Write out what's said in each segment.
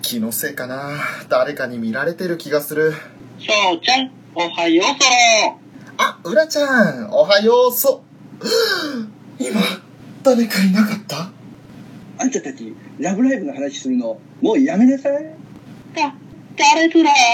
気のせいかな。誰かに見られてる気がする。 そうちゃん、おはようそろ。 あ、うらちゃん、おはよう今、誰かいなかった？ あんたたち、ラブライブの話するの、もうやめなさい。 誰ずらー。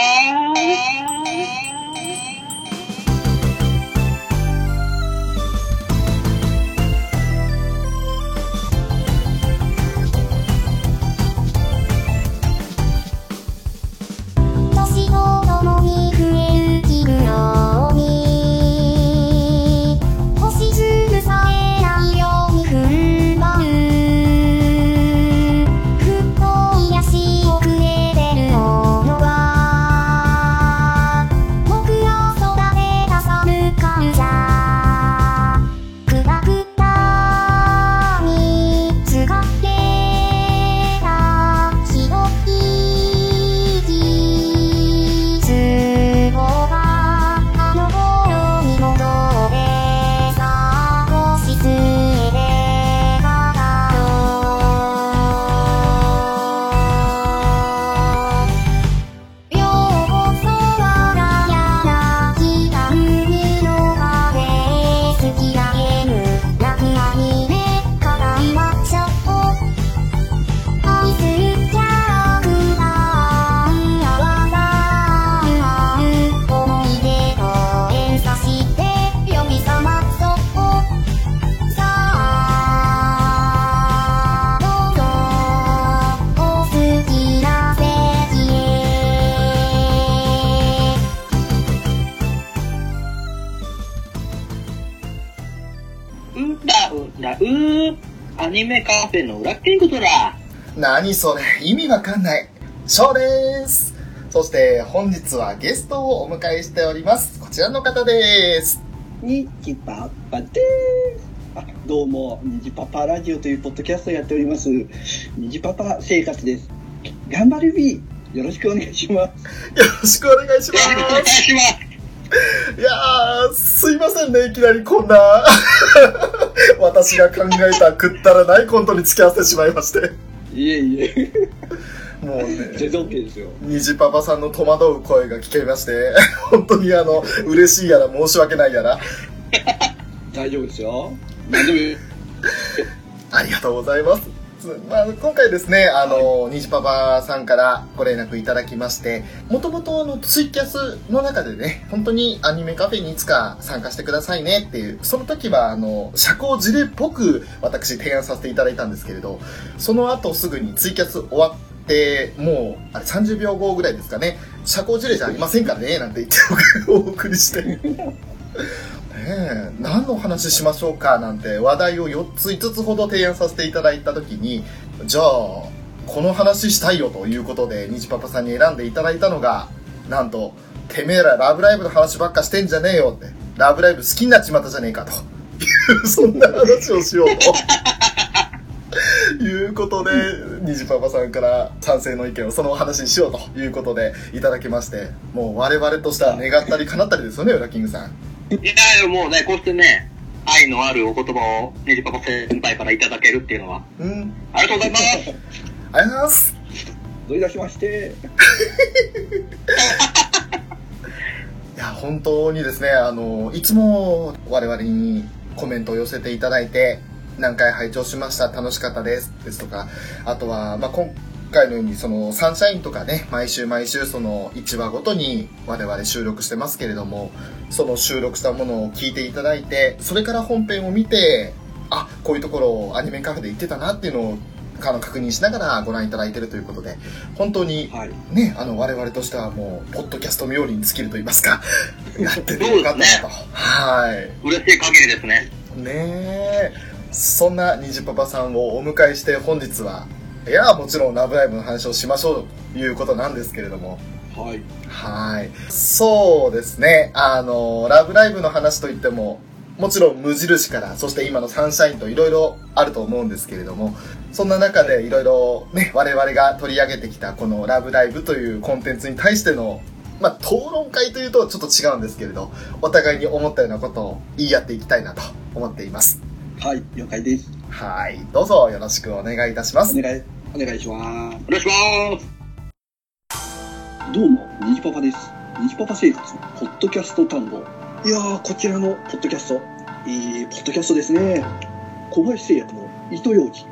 アニメカフェの裏キングドラ。 何それ、意味わかんない。ショーです。そして本日はゲストをお迎えしております。こちらの方です。 にじパパです。どうも、にじパパラジオというポッドキャストをやっております。にじパパ生活です。頑張るビー、よろしくお願いします。 よろしくお願いします。 お願いします。 いやー、すいませんね、いきなりこんな私が考えたくったらないコントに付き合わせてしまいまして。 いえいえ。 もうね、 全然 OK ですよ。 虹パパさんの戸惑う声が聞けまして、本当に嬉しいやら申し訳ないやら。 大丈夫ですよ。何でもいい。 ありがとうございます。今回ですね、虹パパさんからご連絡いただきまして、もともとツイキャスの中でね、本当にアニメカフェにいつか参加してくださいねっていう、その時は社交辞令っぽく私提案させていただいたんですけれど、その後すぐにツイキャス終わって、もうあれ30秒後ぐらいですかね、社交辞令じゃありませんからねなんて言ってお送りして何の話しましょうかなんて話題を4つ5つほど提案させていただいた時に、じゃあこの話したいよということで虹パパさんに選んでいただいたのが、なんとてめえらラブライブの話ばっかしてんじゃねえよって、ラブライブ好きになっちまったじゃねえかというそんな話をしようということで、虹パパさんから賛成の意見をその話にしようということでいただきまして、もう我々としては願ったり叶ったりですよね、ウラキングさん。 いやもうね、こうしてね、愛のあるお言葉をねじパパ先輩からいただけるっていうのは、ありがとうございます。 ありがとうございます。 どういたしまして。 いや本当にですね、いつも我々にコメントを寄せていただいて、何回拝聴しました、楽しかったですですとか、あとは今回のようにそのサンシャインとかね、毎週その1話ごとに我々収録してますけれども、その収録したものを聞いていただいて、それから本編を見て、こういうところをアニメカフェで言ってたなっていうのを確認しながらご覧いただいているということで、本当にね、我々としてはもうポッドキャスト冥利に尽きると言いますかやっててよかったなと、はい、 嬉しい限りですね。 ねえ、そんな虹パパさんをお迎えして本日は、いやもちろんラブライブの話をしましょうということなんですけれども、はい、そうですね、ラブライブの話といってももちろん無印から、そして今のサンシャインといろいろあると思うんですけれども、そんな中でいろいろね、我々が取り上げてきたこのラブライブというコンテンツに対しての討論会というとちょっと違うんですけれど、お互いに思ったようなことを言い合っていきたいなと思っています。 はい、了解です。 はい、どうぞよろしくお願いいたします。 お願いします。 お願いします。 どうも、にじパパです。にじパパ生活、ポッドキャスト単語。いやー、こちらのポッドキャスト、いいポッドキャストですね。小林製薬の糸ようじ。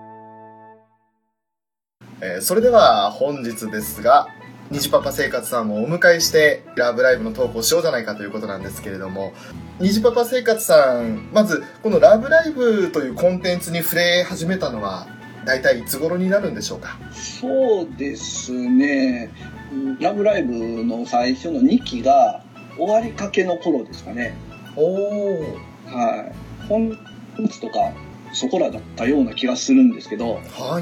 それでは本日ですが、にじパパ生活さんをお迎えしてラブライブのトークをしようじゃないかということなんですけれども、にじパパ生活さん、まずこのラブライブというコンテンツに触れ始めたのは大体いつ頃になるんでしょうか？ そうですね、ラブライブの最初の2期が終わりかけの頃ですかね。はい。本日とかそこらだったような気がするんですけど、 はい。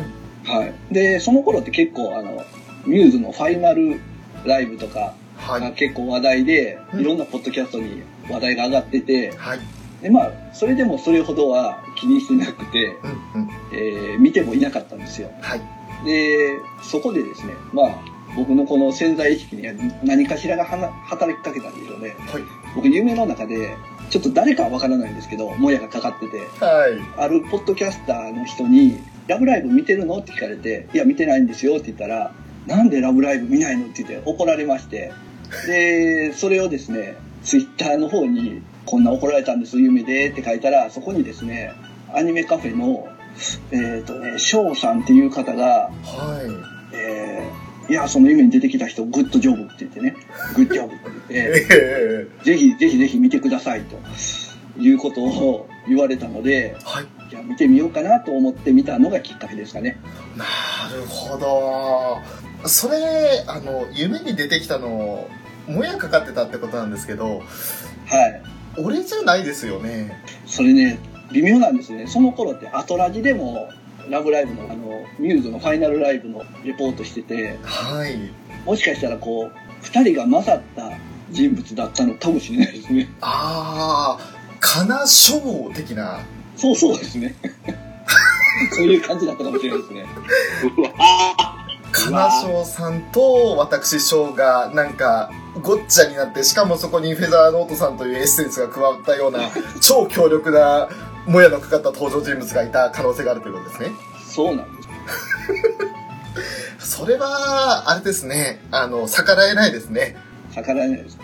で、その頃って結構ミューズのファイナルライブとかが結構話題で、いろんなポッドキャストに話題が上がってて、でそれでもそれほどは気にしてなくて、見てもいなかったんですよ。で、そこでですね、僕のこの潜在意識には何かしらが働きかけたんでしょうね。僕夢の中でちょっと誰かはわからないんですけど、もやがかかってて、あるポッドキャスターの人にラブライブ見てるのって聞かれて、いや見てないんですよって言ったら、なんでラブライブ見ないのって言って怒られまして、でそれをですねツイッターの方にこんな怒られたんです夢でって書いたら、そこにですねアニメカフェの翔さんっていう方が、いやその夢に出てきた人グッドジョブって言ってね、グッドジョブって言ってぜひ見てくださいということを言われたので、じゃあ見てみようかなと思って見たのがきっかけですかね。 なるほど。それ夢に出てきたのもやかかってたってことなんですけど、俺じゃないですよね。 それね微妙なんですね。その頃ってアトラジでもラブライブのミューズのファイナルライブのレポートしてて、もしかしたらこう2人が混ざった人物だったのかもしれないですね。 かなしょう的な。 そうですね。そういう感じだったかもしれないですね。 かなしょうさんと私しょうがなんかごっちゃになって、しかもそこにフェザーノートさんというエッセンスが加わったような超強力なもやのかかった登場人物がいた可能性があるということですね。 そうなんですそれはあれですね、逆らえないですね。 逆らえないです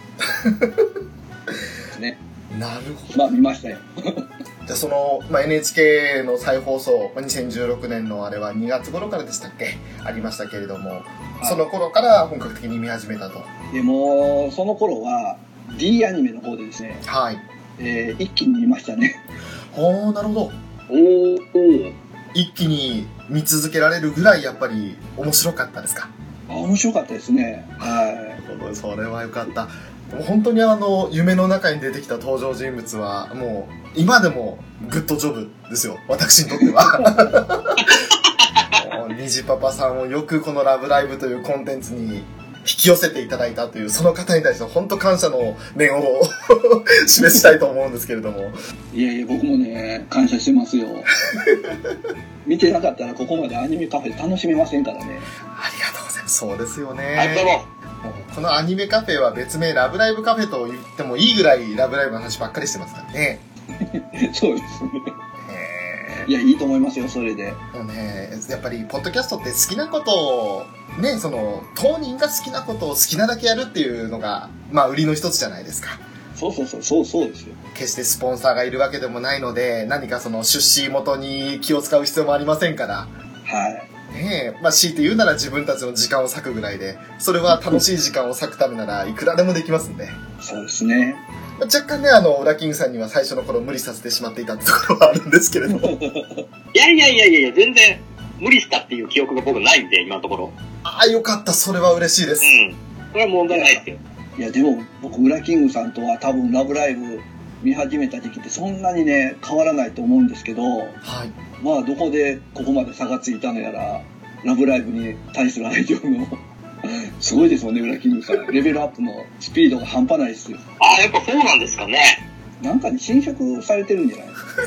ね。 なるほど。 見ましたよ。 じゃあその、NHK の再放送、2016年のあれは2月頃からでしたっけ、ありましたけれども、その頃から本格的に見始めたと。 でもその頃は D アニメの方でですね、一気に見ましたね。 なるほど。一気に見続けられるぐらいやっぱり面白かったですか？ 面白かったですね。 それはよかった。本当に夢の中に出てきた登場人物はもう今でもグッドジョブですよ、私にとっては。にじパパさんをよくこのラブライブというコンテンツに引き寄せていただいたという、その方に対して本当感謝の念を示したいと思うんですけれども。 いや僕もね感謝してますよ。見てなかったらここまでアニメカフェ楽しめませんからね。 ありがとうございます。そうですよね。このアニメカフェは別名ラブライブカフェと言ってもいいぐらいラブライブの話ばっかりしてますからね。 そうですね。いやいいと思いますよ、それで。 もうね、やっぱりポッドキャストって好きなことをね、当人が好きなことを好きなだけやるっていうのが売りの一つじゃないですか。 そうですよ。 決してスポンサーがいるわけでもないので、何か出資元に気を使う必要もありませんから。強いて言うなら自分たちの時間を割くぐらいで、それは楽しい時間を割くためならいくらでもできますんで。 そうですね。 若干ね、ウラキングさんには最初の頃無理させてしまっていたってところはあるんですけれども。いや、全然無理したっていう記憶が僕ないんで、今のところ。 よかった、それは嬉しいです。 それは問題ないですよ。 いや、でも僕、ウラキングさんとは多分ラブライブ見始めた時期ってそんなにね、変わらないと思うんですけど、どこでここまで差がついたのやら、ラブライブに対する愛情のすごいですもんね、ウラキングさん。レベルアップのスピードが半端ないですよ。 やっぱそうなんですかね。 なんかに侵食されてるんじゃないですか。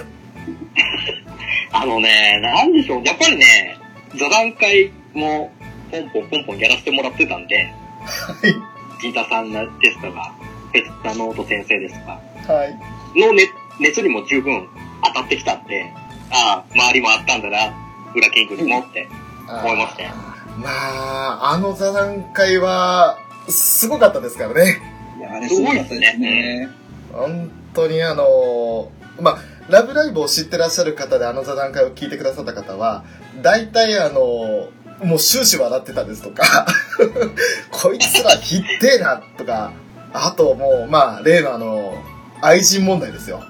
なんでしょう。やっぱりね、座談会もポンポンやらせてもらってたんで、ギータさんですとか、フェッタノート先生ですとか、の熱にも十分当たってきたんで、周りもあったんだな、ウラキングにもって思いましたよ。 まあ、あの座談会は、すごかったですからね。 いや、あれすごかったですね。 本当にまあ、ラブライブを知ってらっしゃる方であの座談会を聞いてくださった方は、大体もう終始笑ってたですとか、こいつらひってえなとか、あともう、まあ、例の愛人問題ですよ。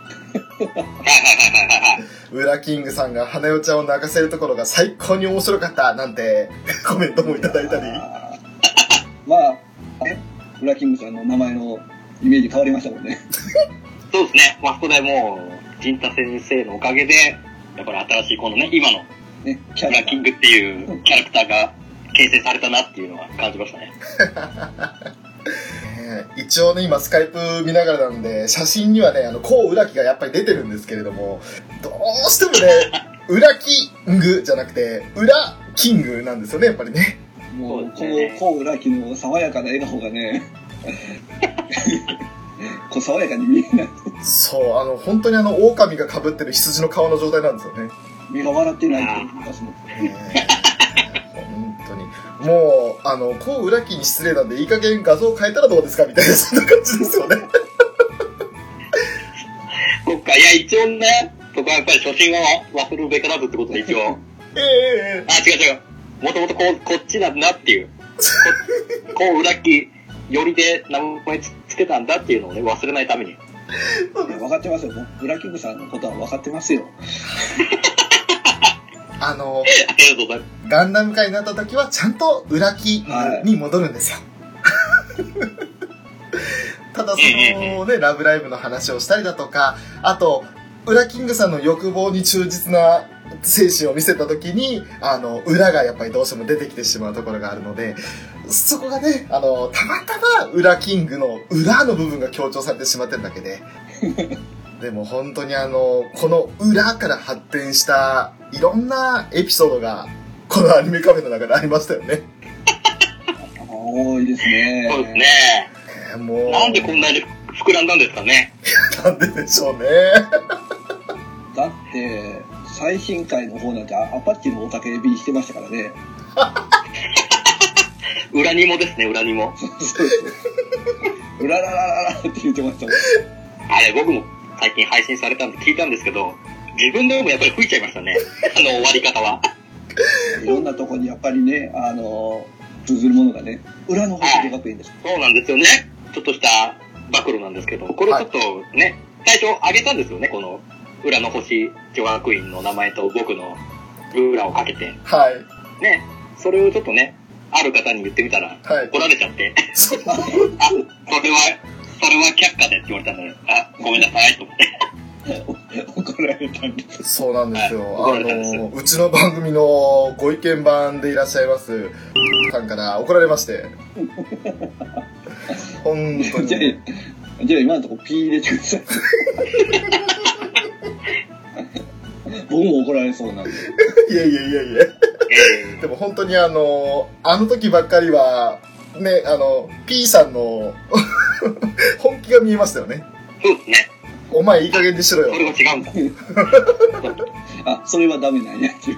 ウラキングさんが花代ちゃんを泣かせるところが最高に面白かったなんてコメントもいただいたり。 まあ、ウラキングさんの名前のイメージ変わりましたもんね。 そうですね。あそこでもう、陣太先生のおかげで、やっぱり新しいこのね、今の、 ね、 ウラキングっていうキャラクターが形成されたなっていうのは感じましたね。 一応ね、今スカイプ見ながらなんで、写真にはね、コウウラキがやっぱり出てるんですけれども、どうしてもね、ウラキングじゃなくて、ウラキングなんですよね、やっぱりね。 もう、コウウラキの爽やかな笑顔がね、こう爽やかに見えない。 そう、本当に狼が被ってる羊の顔の状態なんですよね。 目が笑ってないと言いますもん。 本当に。もう、コウウラキに失礼なんで、いい加減画像変えたらどうですかみたいな、そんな感じですよね。 そっか、いや、一応ね、そこはやっぱり初心は忘るべからずってことで一応。違う。もともとこっちなんだっていう。コウウラキよりで名前つけたんだっていうのをね、忘れないために。 分かってますよ。ウラキングさんのことは分かってますよ。 ガンダム界になった時はちゃんとウラキに戻るんですよ。ただそのね、ラブライブの話をしたりだとか、あと、ウラキングさんの欲望に忠実な精神を見せた時に、裏がやっぱりどうしても出てきてしまうところがあるので、そこがね、たまたまウラキングの裏の部分が強調されてしまってるだけで、でも本当にこの裏から発展したいろんなエピソードがこのアニメカフェの中でありましたよね。 多いですね。 そうですね。もうなんでこんなに膨らんだんですかね。 なんででしょうね。 だって最新回の方なんてアパッチのおたけびしてましたからね。 裏にもですね、裏にも。 そうそう。裏ららららって言ってましたもん。 あれ僕も最近配信されたんで聞いたんですけど、自分でもやっぱり吹いちゃいましたね。終わり方は。 いろんなとこにやっぱりね、通ずるものがね、裏の星女学園です。 そうなんですよね。ちょっとした暴露なんですけど、これちょっとね、最初あげたんですよね、この裏の星女学院の名前と僕の裏をかけて。 はい。 ね、それをちょっとね、ある方に言ってみたら、怒られちゃって。それは却下でって言われたんで、ごめんなさいと思って。 怒られたんです。 そうなんですよ。うちの番組のご意見番でいらっしゃいますさんから怒られまして。本当に。 じゃあ今のとこピー入れてください。僕も怒られそうなんで。 いや。でも本当にあの時ばっかりは、ね、P さんの本気が見えましたよね。 そうですね。 お前いい加減にしろよ。 それは違うんだ。 それはダメなんやっていう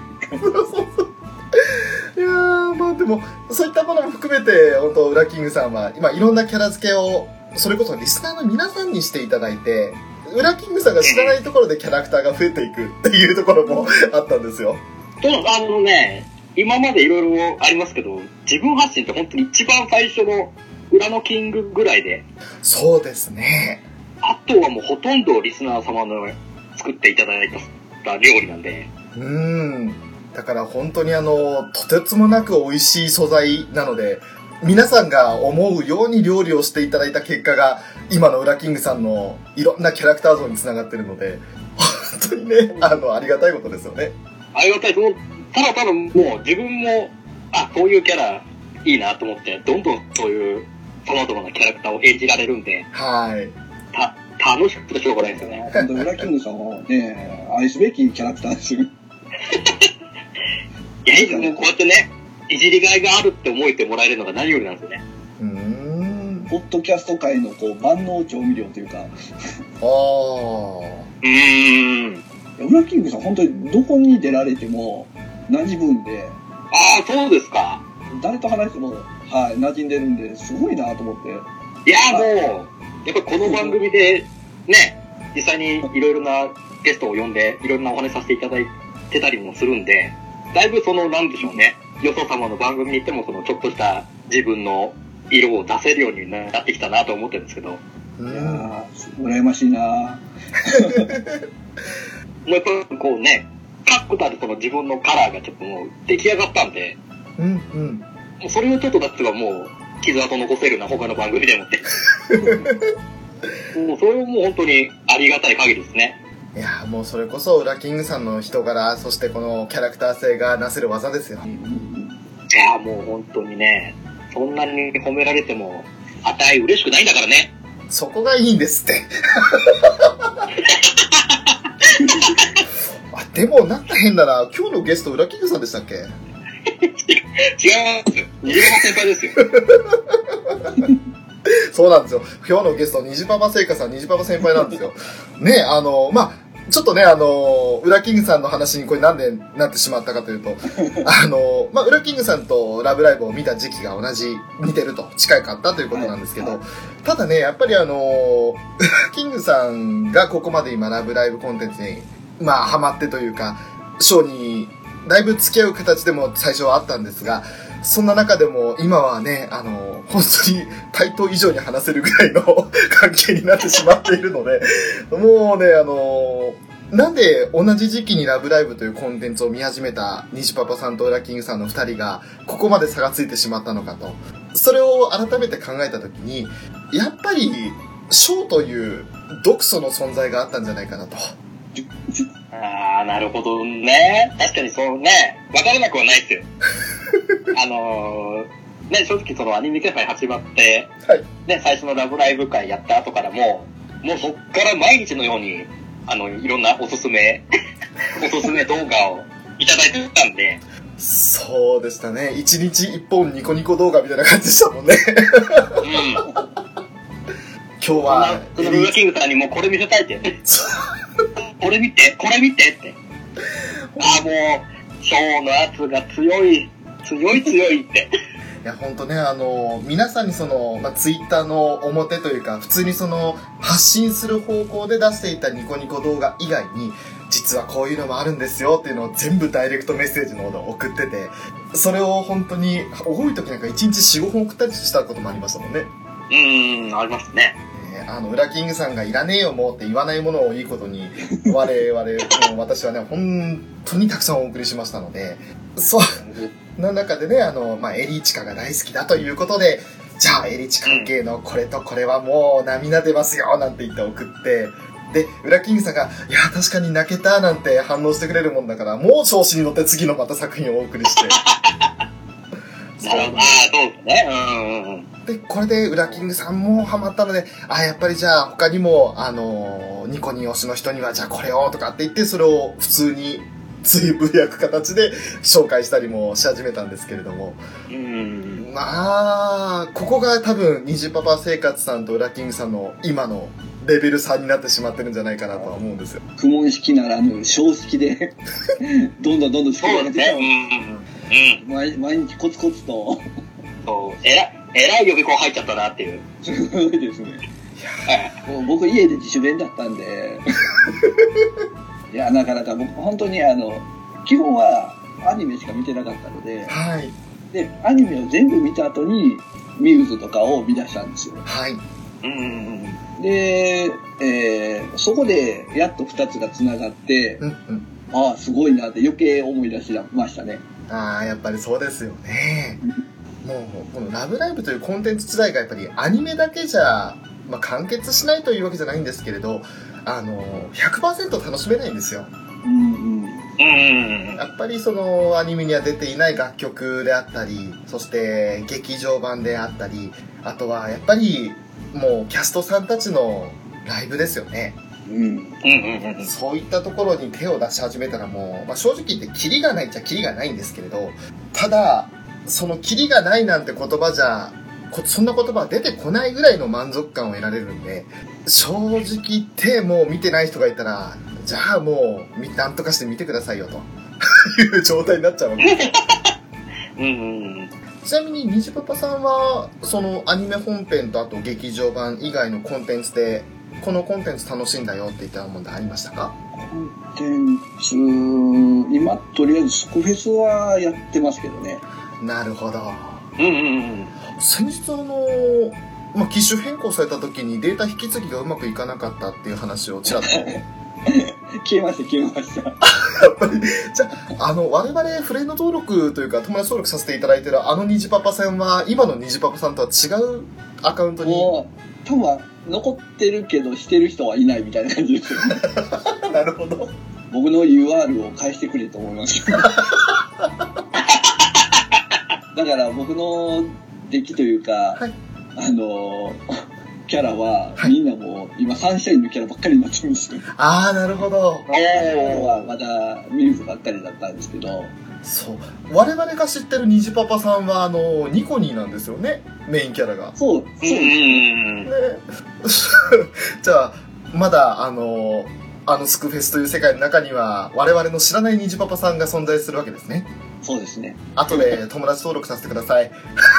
いやー、まあでも、そういったものも含めて、本当ウラキングさんは、今いろんなキャラ付けを、それこそリスナーの皆さんにしていただいて、ウラキングさんが知らないところでキャラクターが増えていくっていうところもあったんですよ。 今までいろいろありますけど、自分発信って本当に一番最初の裏のキングぐらいで。 そうですね。 あとはもうほとんどリスナー様の作っていただいた料理なんで。 だから本当にとてつもなく美味しい素材なので、皆さんが思うように料理をしていただいた結果が、今のウラキングさんのいろんなキャラクター像につながってるので、本当にね、ありがたいことですよね。 ありがたい。ただもう自分も、そういうキャラいいなと思って、どんどんそういう様々なキャラクターを演じられるんで、 はい。 楽しくてしょうがないですよね。 本当ウラキングさんはね、愛すべきキャラクターですよ。 いや、いいですね。こうやってね、いじりがいがあるって思えてもらえるのが何よりなんですよね。 ポッドキャスト界の万能調味料というか。ウラキングさん本当にどこに出られても何時分で。 そうですか。 誰と話しても、はい、馴染んでるんで、すごいなと思って。 いや、もう、やっぱこの番組で、ね、実際にいろいろなゲストを呼んで、いろんなお話させていただいてたりもするんで、だいぶなんでしょうね、よそ様の番組に行っても、ちょっとした自分の色を出せるようになってきたなと思ってるんですけど。 いやー、羨ましいなもうやっぱこうね、確固たる自分のカラーがちょっともう出来上がったんで、もうそれをちょっとだってはもう、傷跡残せるな、他の番組でもって。もうそれをもう本当にありがたい限りですね。 いやもうそれこそウラキングさんの人柄、そしてこのキャラクター性がなせる技ですよ。 いやもう本当にね、そんなに褒められても嬉しくないんだからね。 そこがいいんですってあ、でもなんか変だな、今日のゲストウラキングさんでしたっけ？ 違いますよ、虹パパ先輩ですよそうなんですよ、今日のゲスト虹パパ聖火さん、虹パパ先輩なんですよね。ちょっとね、ウラキングさんの話にこれなんでなってしまったかというと、ウラキングさんとラブライブを見た時期が似てると、近かったということなんですけど、ただね、やっぱりウラキングさんがここまで今ラブライブコンテンツに、ハマってというか、ショーにだいぶ付き合う形でも最初はあったんですが、そんな中でも今はね、本当に対等以上に話せるぐらいの関係になってしまっているので、もうね、なんで同じ時期にラブライブというコンテンツを見始めた虹パパさんとウラキングさんの2人がここまで差がついてしまったのかと、それを改めて考えたときに、やっぱりショーという毒素の存在があったんじゃないかなと。 ああ、なるほどね。確かにそうね、わからなくはないですよ。ね、正直アニメ界始まって、はい、ね、最初のラブライブ会やった後からもうそっから毎日のように、いろんなおすすめ動画をいただいてたんで。 そうでしたね。一日一本ニコニコ動画みたいな感じでしたもんね。 うん。 今日はウラキングさんにもこれ見せたいって。これ見てって。ああ、もう、ショーの圧が強いって。 いや、ほんとね、皆さんにツイッターの表というか、普通に発信する方向で出していたニコニコ動画以外に、実はこういうのもあるんですよっていうのを全部ダイレクトメッセージの方で送ってて、それを本当に、多い時なんか1日 4,5 本送ったりしたこともありましたもんね。 ありますね。 ウラキングさんがいらねえよもうって言わないものをいいことに、私はね、本当にたくさんお送りしましたので、そうな中でね、エリチカが大好きだということで、じゃあエリチ関係のこれとこれはもう涙出ますよなんて言って送って、で、ウラキングさんが、いや、確かに泣けたなんて反応してくれるもんだから、もう調子に乗って次のまた作品をお送りして。 なるほど。そうですね。 で、これでウラキングさんもハマったので、やっぱりじゃあ他にも、ニコニ推しの人には、じゃあこれをとかって言って、それを普通につぶやく形で紹介したりもし始めたんですけれども。ここが多分、虹パパ生活さんとウラキングさんの今のレベル3になってしまってるんじゃないかなとは思うんですよ。 苦問式なら小式でどんどん好きになってきた。毎日コツコツと。 そう、えらい予備校入っちゃったなっていう。 すごいですね。もう僕家で自主練だったんで。いや、なかなか僕本当に基本はアニメしか見てなかったので、 はい。 で、アニメを全部見た後にミューズとかを見出したんですよ。 はい。 で、そこでやっと2つがつながって、ああ、すごいなって余計思い出しましたね。 やっぱりそうですよね。もう、このラブライブというコンテンツ自体がやっぱりアニメだけじゃ、完結しないというわけじゃないんですけれど、100% 楽しめないんですよ。やっぱりアニメには出ていない楽曲であったり、そして劇場版であったり、あとはやっぱりもうキャストさんたちのライブですよね。そういったところに手を出し始めたらもう、正直言ってキリがないっちゃキリがないんですけれど、ただそのキリがないなんて言葉じゃ、そんな言葉は出てこないぐらいの満足感を得られるんで、正直言ってもう見てない人がいたら、じゃあもうなんとかして見てくださいよという状態になっちゃうわけです。 ちなみに虹パパさんはそのアニメ本編とあと劇場版以外のコンテンツでこのコンテンツ楽しんだよっていったものでありましたか？ コンテンツ、今とりあえずスクフェスはやってますけどね。 なるほど。 うん先日機種変更された時にデータ引き継ぎがうまくいかなかったっていう話をちらっと消えました。 やっぱり、じゃあ、我々フレンド登録というか友達登録させていただいてる虹パパさんは、今の虹パパさんとは違うアカウントに。 多分、残ってるけど、してる人はいないみたいな感じですよね。 なるほど。 僕の UR を返してくれと思います。だから僕のデッキというか、はい、キャラは、みんなもう今サンシャインのキャラばっかりになってるんですよ。 ああ、なるほど。 はまだミューズばっかりだったんですけど。 そう。我々が知ってる虹パパさんはニコニーなんですよね。メインキャラが。 そうですね。 じゃあ、まだスクフェスという世界の中には我々の知らない虹パパさんが存在するわけですね。 そうですね。 後で友達登録させてください。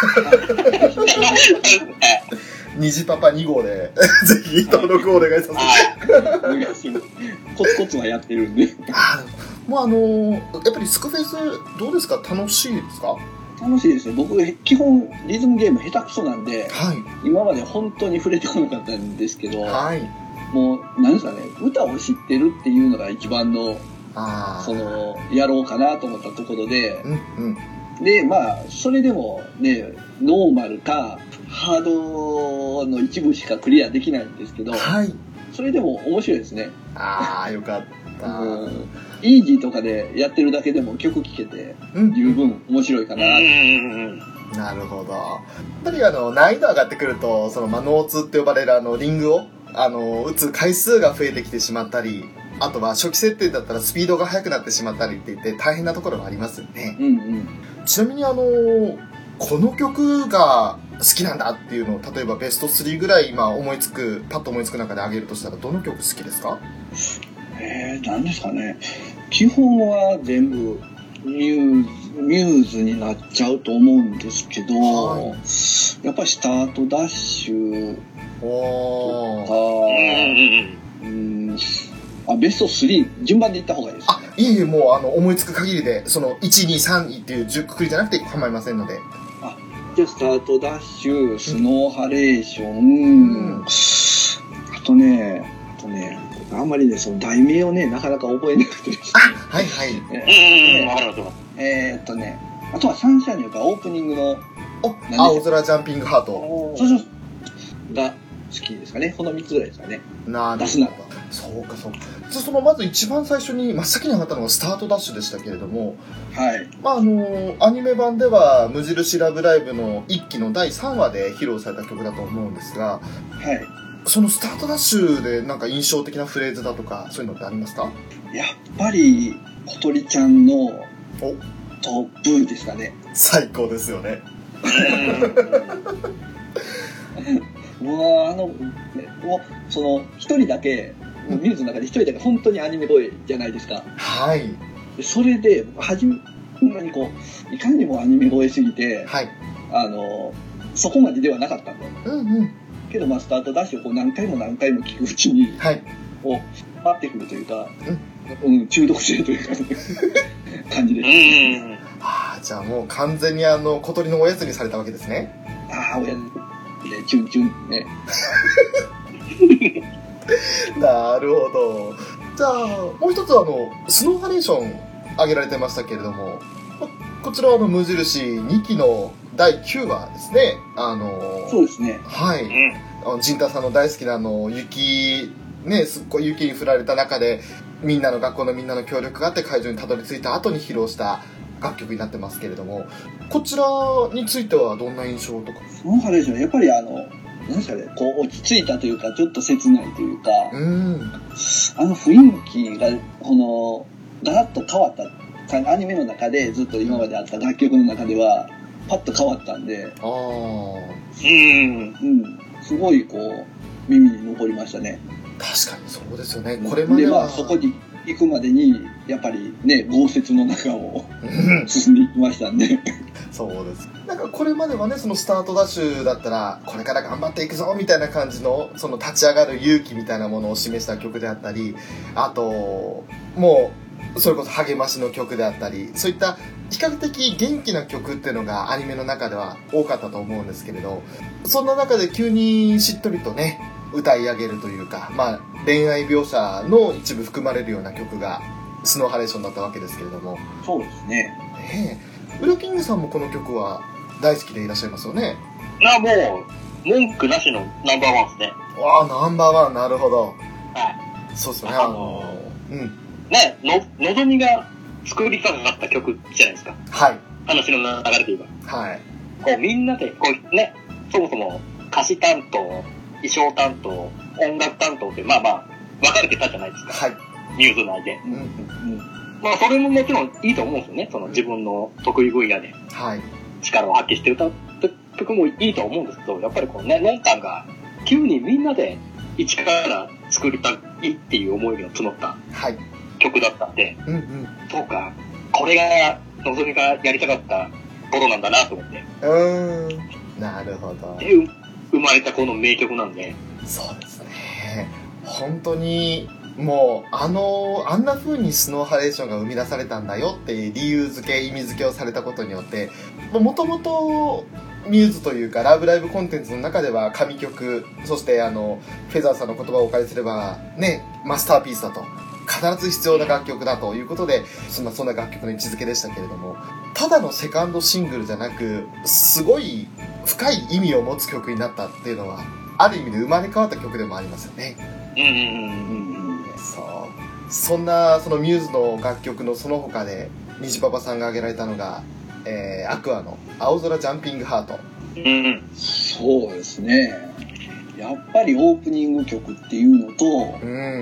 虹パパ2号でぜひ登録お願いさせて。 お願いします。コツコツはやってるんで。 もうやっぱりスクフェスどうですか？楽しいですか？ 楽しいですね。僕基本リズムゲーム下手くそなんで、 はい、 今まで本当に触れてこなかったんですけど、 はい、 もうなんですかね、歌を知ってるっていうのが一番のやろうかなと思ったところで、 うんうん、 でそれでもねノーマルかハードの一部しかクリアできないんですけど、 はい、 それでも面白いですね。 よかった。 イージーとかでやってるだけでも曲聴けて十分面白いかな。 なるほど。やっぱり難易度上がってくるとノーツって呼ばれるリングを打つ回数が増えてきてしまったり、あとは初期設定だったらスピードが速くなってしまったりって言って大変なところがありますよね。ちなみにこの曲が好きなんだっていうのを例えばベスト3ぐらい今パッと思いつく中で挙げるとしたらどの曲好きですか？ 何ですかね。基本は全部ミューズになっちゃうと思うんですけど、やっぱりスタートダッシュとか、ベスト3順番でいった方がいいですね。 いえもう思いつく限りで1、2、3位っていう10くくりじゃなくて構いませんので。 じゃあスタートダッシュ、スノーハレーション、あとねあんまりねその題名をねなかなか覚えなくてですね。 はいはい。 あとはサンシャインというかオープニングの青空ジャンピングハートが好きですかね。この3つぐらいですかね。 出すならば。そうか。まず一番最初に真っ先に上がったのがスタートダッシュでしたけれども、 はい。 アニメ版では無印ラブライブの1期の第3話で披露された曲だと思うんですが、 はい。 そのスタートダッシュでなんか印象的なフレーズだとかそういうのってありますか？ やっぱり小鳥ちゃんのトップですかね。 最高ですよね。 一人だけミューズの中で一人だけ本当にアニメ声じゃないですか。 はい。 それで初めにいかにもアニメ声すぎて、 はい、 そこまでではなかったんだ。けどスタートダッシュを何回も聞くうちに、 はい、 パってくるというか、中毒性というか感じです。 じゃあもう完全に小鳥のおやつにされたわけですね。 おやつでチュンチュンね。 なるほど。じゃあもう一つスノーハレーション挙げられてましたけれども、こちらは無印2期の第9話ですね。 そうですね。 はい。陣太さんの大好きな雪ね、すっごい雪に降られた中で学校のみんなの協力があって会場にたどり着いた後に披露した楽曲になってますけれども、こちらについてはどんな印象とか？ スノーハレーションやっぱりなんですかね、落ち着いたというかちょっと切ないというか、雰囲気がガラッと変わった。アニメの中でずっと今まであった楽曲の中ではパッと変わったんで、すごい耳に残りましたね。 確かにそうですよね。これまではそこに行くまでにやっぱりね、豪雪の中を進んでいきましたんで。 そうです。なんかこれまではね、そのスタートダッシュだったら、これから頑張っていくぞみたいな感じの、その立ち上がる勇気みたいなものを示した曲であったり、あと、もう、それこそ励ましの曲であったり、そういった比較的元気な曲っていうのがアニメの中では多かったと思うんですけれど、そんな中で急にしっとりとね、歌い上げるというか、まあ、恋愛描写の一部含まれるような曲がスノーハレーションだったわけですけれども。 そうですね。 ウルキングさんもこの曲は大好きでいらっしゃいますよね。 もう、文句なしのナンバーワンですね。 わあ、ナンバーワン、なるほど。 はい。 そうですね、 ね、のぞみが作りたかった曲じゃないですか。 はい。 話の流れで言えば。はい。こうみんなで、こうね、そもそも歌詞担当、衣装担当、音楽担当って、まあまあ、分かれてたじゃないですか。はい。ミューズ内で。まあ、それももちろんいいと思うんですよね。その自分の得意分野で。はい。力を発揮して歌った曲もいいと思うんですけど、やっぱりこうね、ノンタンが急にみんなで一から作りたいっていう思いが募った。はい。曲だったんで、そうか、これがのぞみがやりたかったことなんだなと思って。 なるほど。 で、生まれたこの名曲なんで。 そうですね。本当に、もう、あんな風にスノーハレーションが生み出されたんだよって理由付け、意味付けをされたことによって、もともと、ミューズというか、ラブライブコンテンツの中では神曲、そしてフェザーさんの言葉をお借りすれば、ね、マスターピースだと。必ず必要な楽曲だということで、そんな楽曲の位置づけでしたけれども、ただのセカンドシングルじゃなく、すごい深い意味を持つ曲になったっていうのは、ある意味で生まれ変わった曲でもありますよね。そんなそのミューズの楽曲のその他で、虹パパさんが挙げられたのが、アクアの青空ジャンピングハート。 そうですね。やっぱりオープニング曲っていうのと、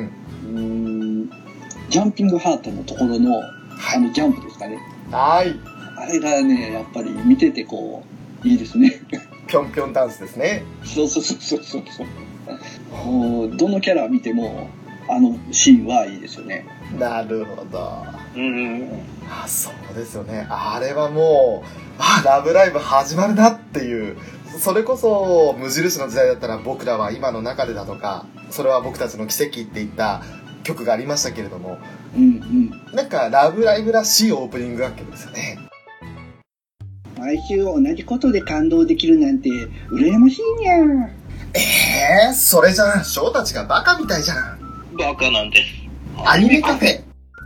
ジャンピングハートのところの、ジャンプですかね。 はい。 あれがね、やっぱり見ててこう、いいですね。 ぴょんぴょんダンスですね。 そう。どのキャラ見ても、あのシーンはいいですよね。 なるほど。そうですよね。あれはもう、ラブライブ始まるなっていう、それこそ無印の時代だったら僕らは今の中でだとか、それは僕たちの奇跡っていった曲がありましたけれども、なんかラブライブらしいオープニング楽曲ですよね。 毎週同じことで感動できるなんて羨ましいにゃ。 それじゃあショーたちがバカみたいじゃん。 バカなんです。 アニメカフェ。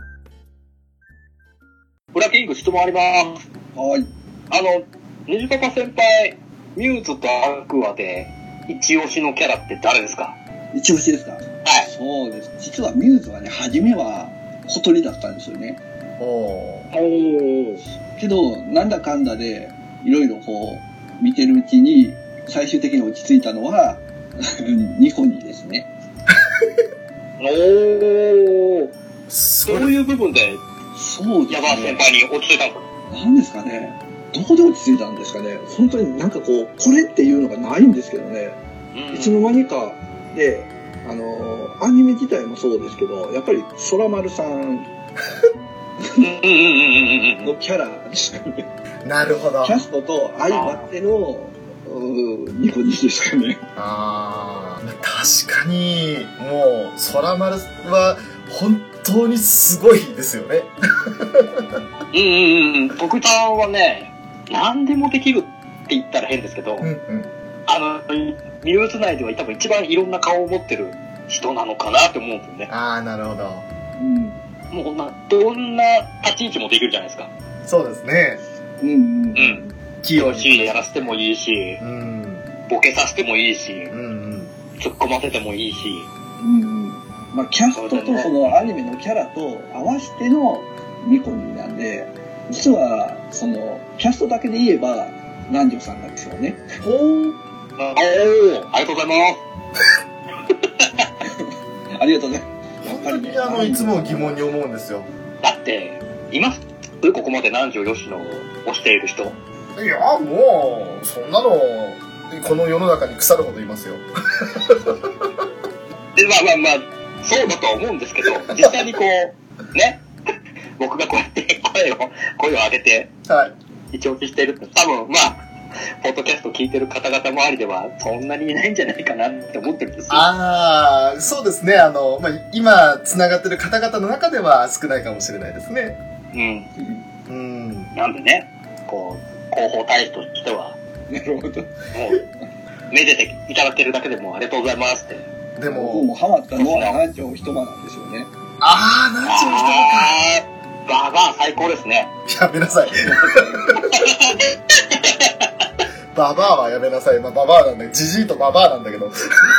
ブラキング質問あります。 はい。 虹パパ先輩、ミューズとアクアで一押しのキャラって誰ですか？ 一押しですか？はい。そうです。実はミューズはね、初めは小鳥だったんですよね。けど、なんだかんだで、いろいろこう、見てるうちに、最終的に落ち着いたのは、ニコニですね。 そういう部分で、 そうですね。 ヤバー先輩に落ち着いたのかな。なんですかね。どこで落ち着いたんですかね。本当になんかこう、これっていうのがないんですけどね。いつの間にかで、アニメ自体もそうですけど、やっぱり空丸さんのキャラですかね。 なるほど。 キャストと相まってのニコニですかね。 確かに、もう、空丸は本当にすごいですよね。 徳ちゃんはね、何でもできるって言ったら変ですけど、ミューズ内では多分一番いろんな顔を持ってる人なのかなって思うんですよね。 なるほど。 もうどんな立ち位置もできるじゃないですか。 そうですね。 器用にやらせてもいいし、ボケさせてもいいし、突っ込ませてもいいし。 まあ、キャストとそのアニメのキャラと合わせてのニコニなんで、実はそのキャストだけで言えば南條さんなんですよね。 ありがとうございます。 ありがとうね。 本当にいつも疑問に思うんですよ。 だっています？ここまで南條吉野を推している人。 いや、もうそんなのこの世の中に腐るほどいますよ。 で、まあそうだとは思うんですけど、実際にこうね、 僕がこうやって声を上げて、一応してるって、多分まあ、ポッドキャスト聞いてる方々周りではそんなにいないんじゃないかなって思ってるんですよ。 ああ、そうですね。まあ、今繋がってる方々の中では少ないかもしれないですね。 なんでね、こう、広報大使としては、 なるほど。 もう、めでていただけるだけでもありがとうございますって。 でも、もうハマったのは南條一間なんですよね。 ああ、南條一間か。ババア最高ですね。 やめなさい。ババアはやめなさい。まあ、ババアなんだけど、ジジイとババアなんだけど。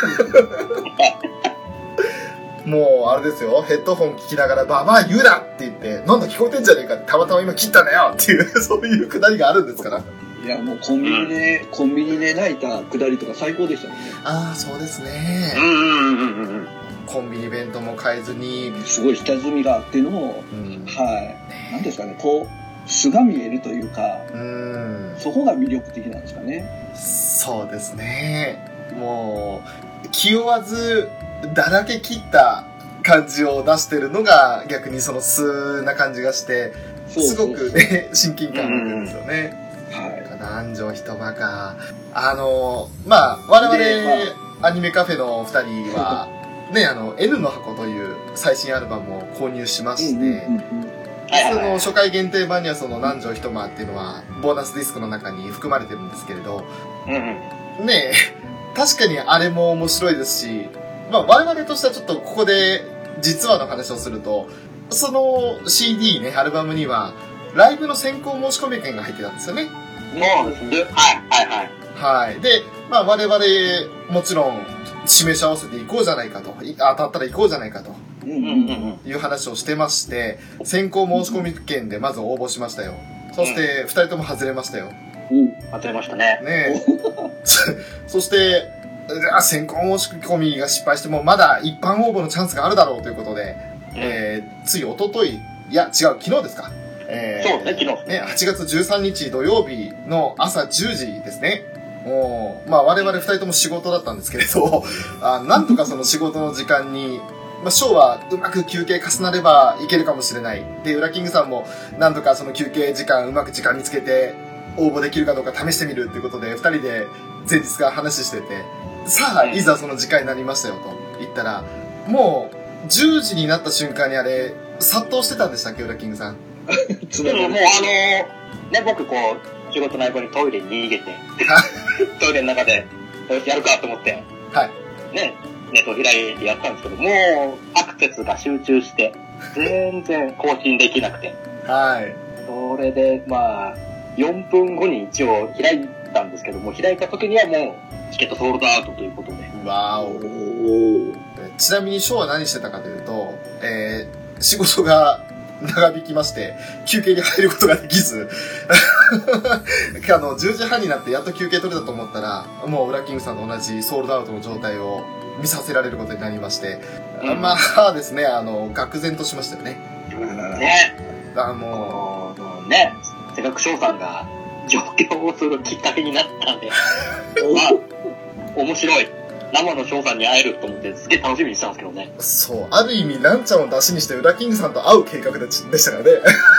もう、あれですよ。ヘッドホン聞きながら、ババア言うなって言って、なんだ聞こえてんじゃねえかって、たまたま今切ったんだよっていう、そういうくだりがあるんですから。 いや、もうコンビニで泣いたくだりとか最高でしたもんね。 ああ、そうですね。コンビニ弁当も買えずに。 すごい下積みがあっての、はい。なんですかね、こう、素が見えるというか、そこが魅力的なんですかね。 そうですね。もう、気負わず、だらけ切った感じを出してるのが、逆にその素な感じがして、すごくね、親近感あるんですよね。南條一間か。まあ、我々、アニメカフェのお二人は、ね、N の箱という最新アルバムを購入しまして、その初回限定版にはその南條一間っていうのは、ボーナスディスクの中に含まれてるんですけれど、ね、確かにあれも面白いですし、まあ、我々としてはちょっとここで実話の話をすると、その CD ね、アルバムには、ライブの先行申し込み券が入ってたんですよね。 そうですね。 はい。で、まあ我々、もちろん、指名書合わせていこうじゃないかと。当たったら行こうじゃないかと。いう話をしてまして、先行申し込み券でまず応募しましたよ。そして、二人とも外れましたよ。 外れましたね。 ねそして、先行申し込みが失敗しても、まだ一般応募のチャンスがあるだろうということで、つい一昨日、いや、違う、昨日ですか。 そうですね、昨日ですね。8月13日土曜日の朝10時ですね。もう、まあ我々二人とも仕事だったんですけれど、なんとかその仕事の時間に、まあショーはうまく休憩重なればいけるかもしれない。で、ウラキングさんもなんとかその休憩時間うまく時間見つけて応募できるかどうか試してみるっていうことで、二人で前日から話してて、さあ、いざその時間になりましたよと言ったら、もう10時になった瞬間にあれ、殺到してたんでしたっけ、ウラキングさん。 でももうね、僕こう、仕事の間にトイレに逃げて、トイレの中で、やるかと思って、ね、ネット開いてやったんですけど、もう、アクセスが集中して、全然更新できなくて。それで、まあ、4分後に一応開いたんですけども、開いた時にはもう、チケットソールドアウトということで。 わお。ちなみにショーは何してたかというと、仕事が長引きまして、休憩に入ることができず、10時半になってやっと休憩取れたと思ったら、もうウラキングさんと同じソールドアウトの状態を見させられることになりまして、まあですね、愕然としましたよね。 ね。 もう、ね、せっかく翔さんが上京をするきっかけになったんで、まあ、面白い。生の翔さんに会えると思ってすげえ楽しみにしたんですけどね。 そう、ある意味ランちゃんを出しにしてウラキングさんと会う計画でしたからね。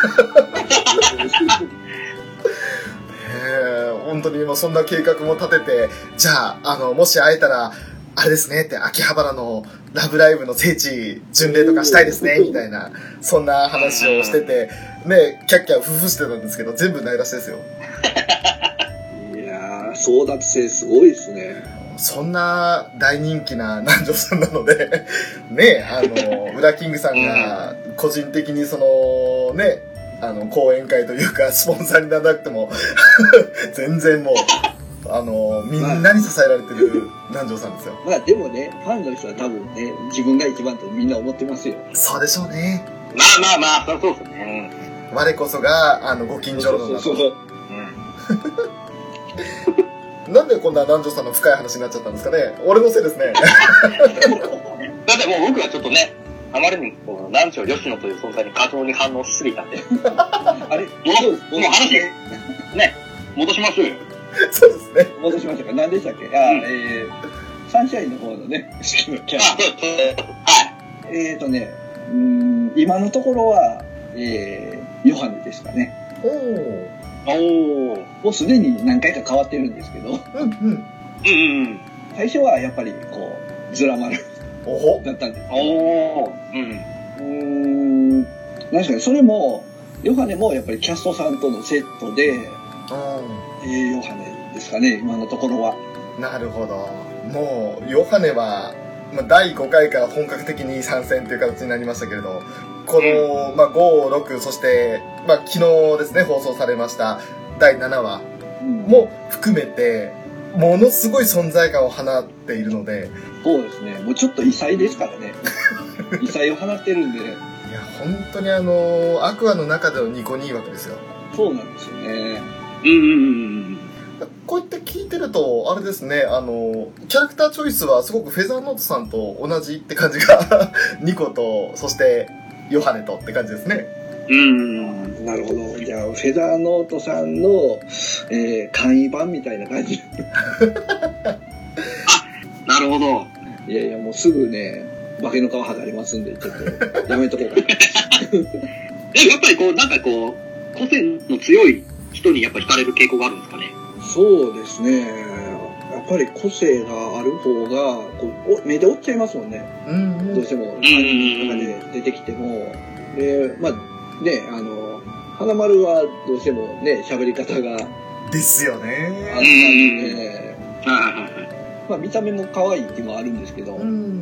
本当にもうそんな計画も立てて、じゃあ、もし会えたら、あれですねって、秋葉原のラブライブの聖地巡礼とかしたいですね、みたいな、そんな話をしてて、ね、キャッキャフフしてたんですけど、全部ないらしいですよ。 いやー、争奪戦すごいですね。 そんな大人気な南條さんなので、ね、ウラキングさんが個人的にその、ね、講演会というか、スポンサーにならなくても、全然もう、みんなに支えられてる南條さんですよ。 まあでもね、ファンの人は多分ね、自分が一番とみんな思ってますよ。 そうでしょうね。 まあ、そうですね。 我こそが、ご近所のだと。なんでこんな南條さんの深い話になっちゃったんですかね。俺のせいですね。 だってもう僕はちょっとね、あまりにも南條吉野という存在に過剰に反応しすぎたんで。あれもう話、ね、戻しましょうよ。 そうですね。 戻しましょうか。何でしたっけ？サンシャインの方のね、好きなキャラ。 はい。 今のところは、 ヨハネですかね。もうすでに何回か変わってるんですけど、最初はやっぱりこうズラ丸だったんですけど、なんですかね、それもヨハネもやっぱりキャストさんとのセットで、ヨハネですかね、今のところは。 なるほど。もうヨハネは第5回から本格的に参戦という形になりましたけれど、この、5、6、そして、昨日ですね、放送されました第7話も含めて、ものすごい存在感を放っているので。 そうですね。もうちょっと異彩ですからね。異彩を放ってるんで。いや、 本当にアクアの中でのニコニー枠ですよ。 そうなんですよね。 こうやって聞いてると、あれですね、キャラクターチョイスはすごくフェザーノートさんと同じって感じが、ニコと、そしてヨハネとって感じですね。 なるほど。じゃあ、フェザーノートさんの、簡易版みたいな感じ。 あ、なるほど。 いやいや、もうすぐね、化けの皮剥がれますんで、ちょっと、やめとこうかな。 でもやっぱりこう、なんかこう、個性の強い人にやっぱ惹かれる傾向があるんですかね。 そうですね。やっぱり個性がある方が、こう目で追っちゃいますもんね。どうしても、中で出てきても。で、ね、花丸はどうしてもね、喋り方が。 ですよね。 あったんで、見た目も可愛いっていうのもあるんですけど。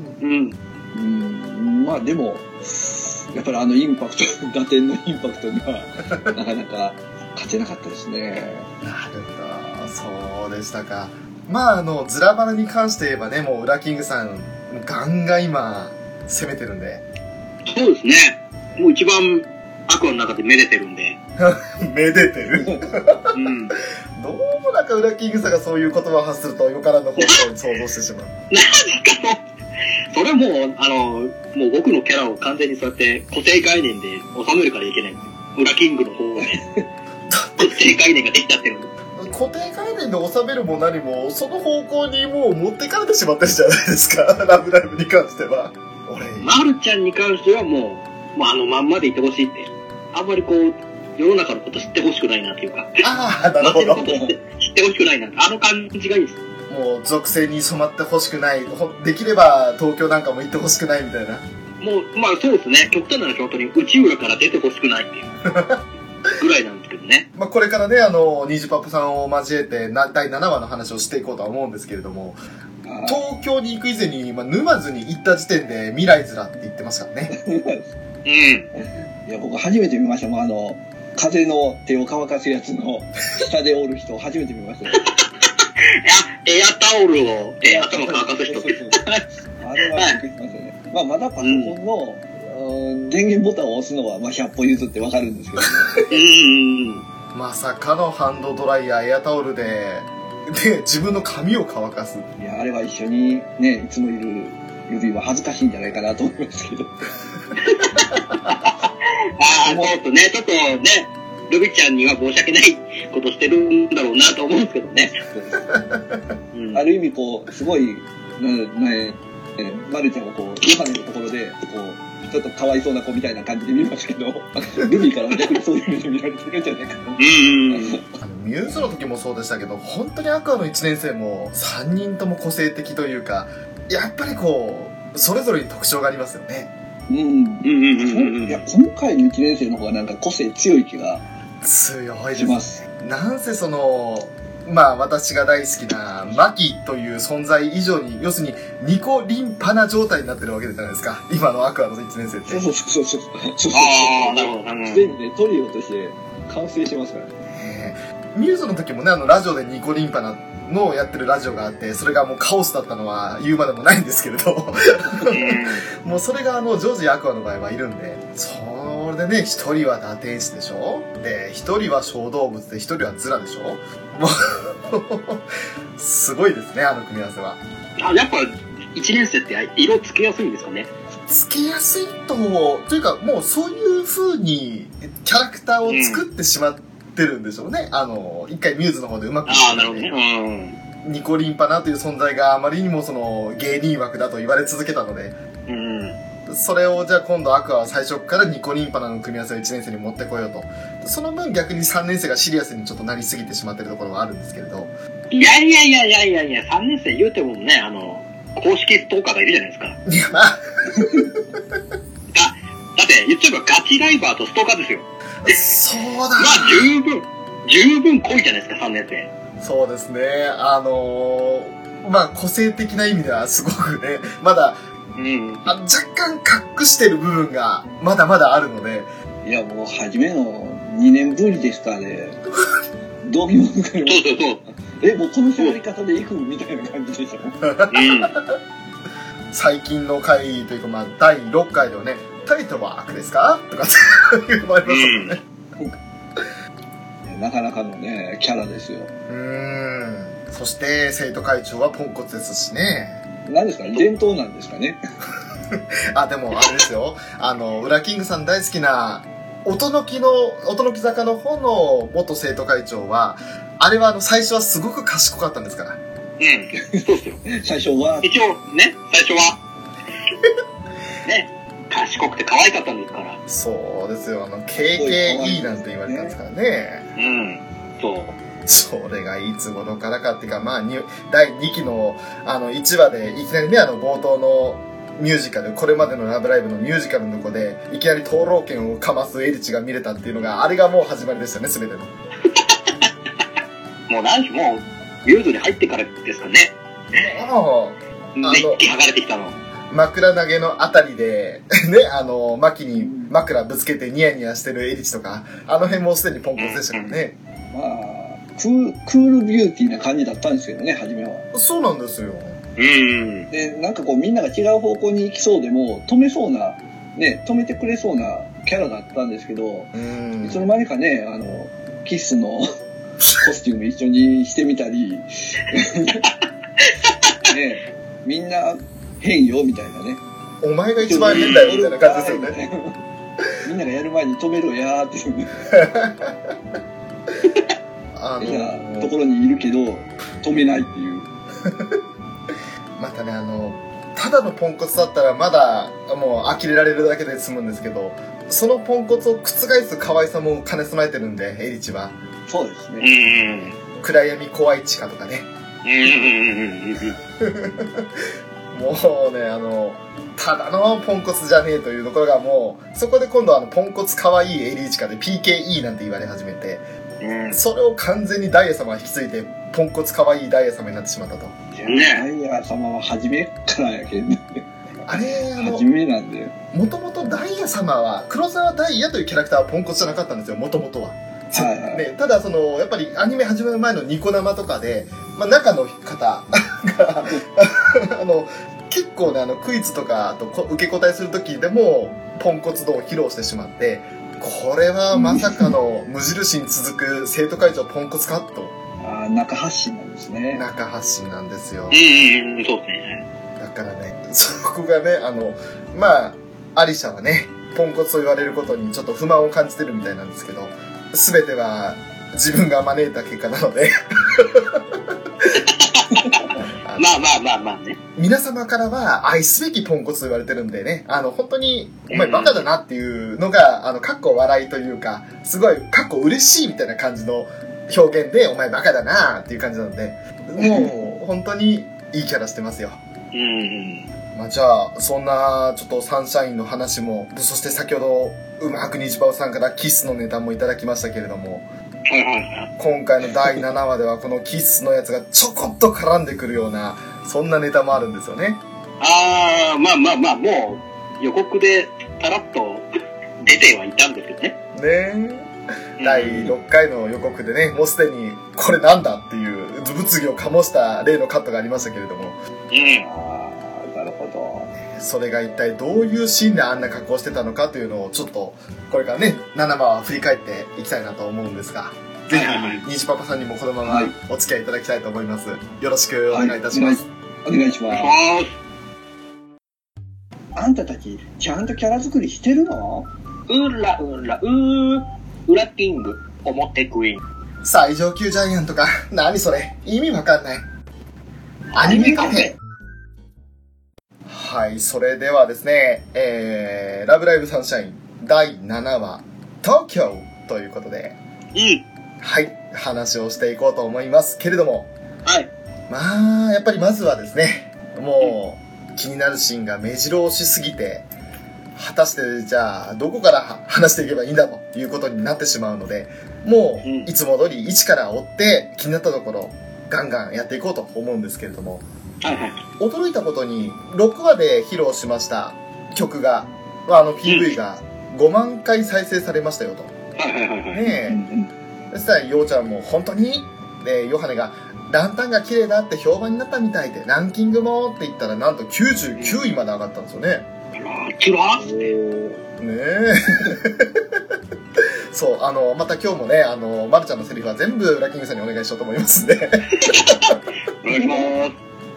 でも、やっぱりインパクト、打点のインパクトには、なかなか勝てなかったですね。 なるほど、そうでしたか。ズラバラに関して言えばね、もうウラキングさん、ガンガン今、攻めてるんで。 そうですね。もう一番、アクアの中でめでてるんで。 めでてるどうもなんかウラキングさんがそういう言葉を発すると、よからぬ方向に想像してしまう。 なんですか、それはもう、もう僕のキャラを完全にそうやって固定概念で収めるからいけないんですよ。ウラキングの方で。固定概念ができちゃってるんです。 固定概念で収めるも何も、その方向にもう持ってかれてしまってるじゃないですか。ラブライブに関しては。 まるちゃんに関してはもうまんまでいてほしいって。あんまりこう、世の中のこと知ってほしくないなっていうか。 なるほど。 知ってほしくないな。あの感じがいいです。 もう属性に染まってほしくない。できれば東京なんかも行ってほしくないみたいな。 もう、そうですね。極端な話、本当に内浦から出てほしくないっていうぐらいなんですけどね。 これからね、ニジパップさんを交えて第7話の話をしていこうとは思うんですけれども、東京に行く以前に、沼津に行った時点で未来面って言ってますからね。 いや、僕初めて見ました。風の手を乾かすやつの下でおる人を初めて見ました。 エアタオルを、頭乾かす人。 あれはびっくりしますよね。まだパソコンの、電源ボタンを押すのは、100歩譲ってわかるんですけどね。 まさかのハンドドライヤー、エアタオルで自分の髪を乾かす。 いや、あれは一緒にね、いつもいる指は恥ずかしいんじゃないかなと思いますけど。 そうとね、ちょっとね、ルビちゃんには申し訳ないことしてるんだろうなと思うんですけどね。 ある意味すごい、まるちゃんをヨハネのところで、ちょっとかわいそうな子みたいな感じで見ますけど、ルビーから逆にそういう目で見られてるんじゃないかな。 ミューズの時もそうでしたけど、本当にアクアの1年生も3人とも個性的というか、やっぱりそれぞれに特徴がありますよね。 いや、今回の1年生の方がなんか個性強い気がします。 なんせ私が大好きなマキという存在以上に、要するにニコリンパな状態になってるわけじゃないですか、今のアクアの1年生って。 そう。 なるほど。 すでにね、トリオとして完成してますからね。 ミューズの時もね、ラジオでニコリンパナのやってるラジオがあって、それがもうカオスだったのは言うまでもないんですけれどもうそれがジョージ・アクアの場合はいるんで、それでね、一人は打天使でしょ、で一人は小動物で一人はズラでしょ、もうすごいですね、あの組み合わせは。 やっぱ1年生って色つけやすいんですかね。 つけやすいというか、もうそういう風にキャラクターを作ってしまってるんでしょうね。一回ミューズの方でうまくいってなるほどね。 ニコリンパナという存在があまりにも芸人枠だと言われ続けたので、 それをじゃあ今度アクアは最初からニコニンパナの組み合わせを1年生に持ってこようと。その分逆に3年生がシリアスにちょっとなりすぎてしまってるところはあるんですけれど。 いや、3年生言うてもね、公式ストーカーがいるじゃないですか。 いや、まあ。 だって言っちゃえばガチライバーとストーカーですよ。 そうだ。 まあ十分濃いじゃないですか、3年生。 そうですね。まあ個性的な意味ではすごくね、まだ、若干隠してる部分がまだまだあるので。 いや、もう初めの2年ぶりですからね。どういうものかよ。そう。もうこの喋り方でいくみたいな感じでしょ。 最近の回というか、まあ第6回ではね、タイトルは悪ですかとかっていうのもありましたもんね。 なかなかのね、キャラですよ。 そして生徒会長はポンコツですしね。 何ですか、伝統なんですかね。 でもあれですよ。ウラキングさん大好きな音の木坂の方の元生徒会長は、あれは最初はすごく賢かったんですから。 そうですよ。 最初は。 一応ね、最初は。ね、賢くて可愛かったんですから。 そうですよ。KKE なんて言われたんですからね。 そう。 それがいつ頃からかっていうか、まあ、第2期の、1話で、いきなりね、冒頭のミュージカル、これまでのラブライブのミュージカルのとこで、いきなり灯籠剣をかますエリチが見れたっていうのが、あれがもう始まりでしたね、すべての。 もうミューズに入ってからですかね。熱気剥がれてきたの。 枕投げのあたりで、ね、マキに枕ぶつけてニヤニヤしてるエリチとか、あの辺もすでにポンコツでしたからね。 まあ、クールビューティーな感じだったんですけどね、初めは。 そうなんですよ。 で、なんかこうみんなが違う方向に行きそうでも、止めてくれそうなキャラだったんですけど、いつの間にかね、キスのコスチューム一緒にしてみたり、ね、みんな変よみたいなね。 お前が一番変だよみたいな感じですよね。 みんながやる前に止めろやーっていう。変なところにいるけど止めないっていう。 またね、ただのポンコツだったらまだもう呆れられるだけで済むんですけど、そのポンコツを覆す可愛さも兼ね備えてるんで、エリチは。 そうですね。 暗闇怖い地下とかね。もうね、ただのポンコツじゃねえというところがもう、そこで今度ポンコツ可愛いエリーチカで PKE なんて言われ始めて、それを完全にダイヤ様が引き継いで、ポンコツ可愛いダイヤ様になってしまったと。 ダイヤ様は初めからやけんね。 あれ、 初めなんで。 もともとダイヤ様は、黒沢ダイヤというキャラクターはポンコツじゃなかったんですよ、もともとは。ね、ただやっぱりアニメ始める前のニコ生とかで、まあ、中の方が結構ね、クイズとかと受け答えする時でもポンコツ度を披露してしまって、これはまさかの無印に続く生徒会長ポンコツかと。 中発信なんですね。 中発信なんですよ。 そうですね。 だからね、そこがね、まあアリシャはね、ポンコツと言われることにちょっと不満を感じてるみたいなんですけど、全ては自分が招いた結果なのでまあね。 皆様からは愛すべきポンコツと言われてるんでね、本当にお前バカだなっていうのがかっこ笑いというか、すごいかっこ嬉しいみたいな感じの表現で、お前バカだなっていう感じなので、もう本当にいいキャラしてますよ。まあ、じゃあそんなちょっとサンシャインの話も、そして先ほどうまくニジパオさんからキスのネタもいただきましたけれども、今回の第7話ではこのキスのやつがちょこっと絡んでくるような、そんなネタもあるんですよね。 まあもう予告でタラッと出てはいたんですけどね。 第6回の予告でね、もうすでにこれなんだっていう物議を醸した例のカットがありましたけれども、 なるほど。 それが一体どういうシーンであんな格好してたのかというのをちょっとこれからね、7話は振り返っていきたいなと思うんですが、ぜひニジパパさんにもこのままお付き合いいただきたいと思います。よろしくお願いいたします。 お願いします。あんたたちちゃんとキャラ作りしてるの？ ウラキング表クイーン最上級ジャイアントか。何それ、意味わかんない。アニメカフェ。 はい、それではですね、ラブライブサンシャイン第7話、東京ということで、はい、話をしていこうと思いますけれども、 はい。 まあ、やっぱりまずはですね、もう、気になるシーンが目白押しすぎて、果たしてじゃあ、どこから話していけばいいんだということになってしまうので、もう、いつも通り一から追って気になったところ、ガンガンやっていこうと思うんですけれども、 はいはい。 驚いたことに6話で披露しました曲が、PV が5万回再生されましたよと。 はいはいはいはい。 ねえ。そしたらようちゃんも本当にで、ヨハネがランタンが綺麗だって評判になったみたいで、ランキングもって言ったらなんと99位まで上がったんですよね。 つらーって。 ねえ。そう、また今日もね、まるちゃんのセリフは全部ラッキングさんにお願いしようと思いますんで。 お願いします。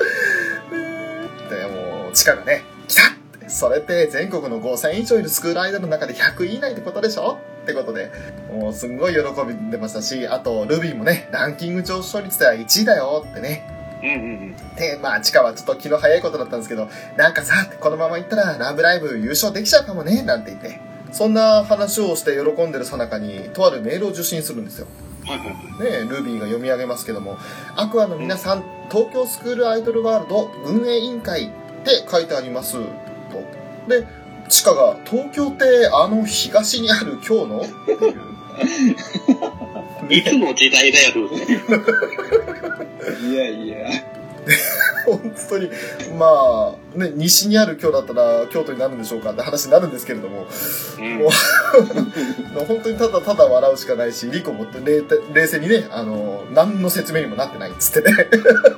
でもう、チカがね、来たって、それって全国の5000以上いるスクールアイドルの中で100位以内ってことでしょってことで、もうすんごい喜んでましたし、あと、ルビーもね、ランキング上昇率では1位だよってね。で、まあ、チカはちょっと気の早いことだったんですけど、なんかさ、このままいったらラブライブ優勝できちゃうかもね、なんて言って、そんな話をして喜んでる最中に、とあるメールを受信するんですよ。ね、ルビーが読み上げますけども、アクアの皆さん、東京スクールアイドルワールド運営委員会って書いてありますと。で、チカが、東京って東にある今日のっていう。 いつの時代だよ、どうせ。 いやいや。 本当に、まあ、ね、西にある今日だったら京都になるんでしょうかって話になるんですけれども、もう、本当にただただ笑うしかないし、リコも冷静にね、何の説明にもなってないっつってね。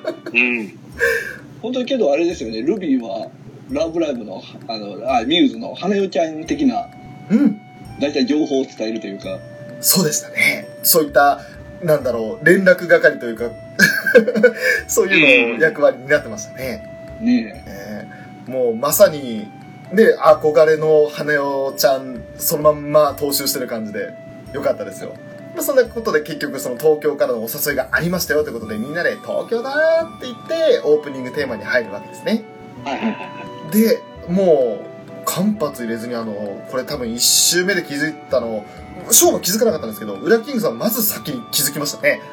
本当にけどあれですよね、ルビーは、ラブライブの、ミューズの花代ちゃん的な、大体情報を伝えるというか。 そうでしたね。そういった、なんだろう、連絡係というか、そういうの役割になってましたね。もうまさに、で、憧れの花代ちゃん、そのまんま踏襲してる感じで、よかったですよ。まあ、そんなことで結局その東京からのお誘いがありましたよということでみんなで東京だーって言ってオープニングテーマに入るわけですね。で、もう間髪入れずにこれ多分1周目で気づいたの、ショーは気づかなかったんですけど、ウラキングさんまず先に気づきましたね。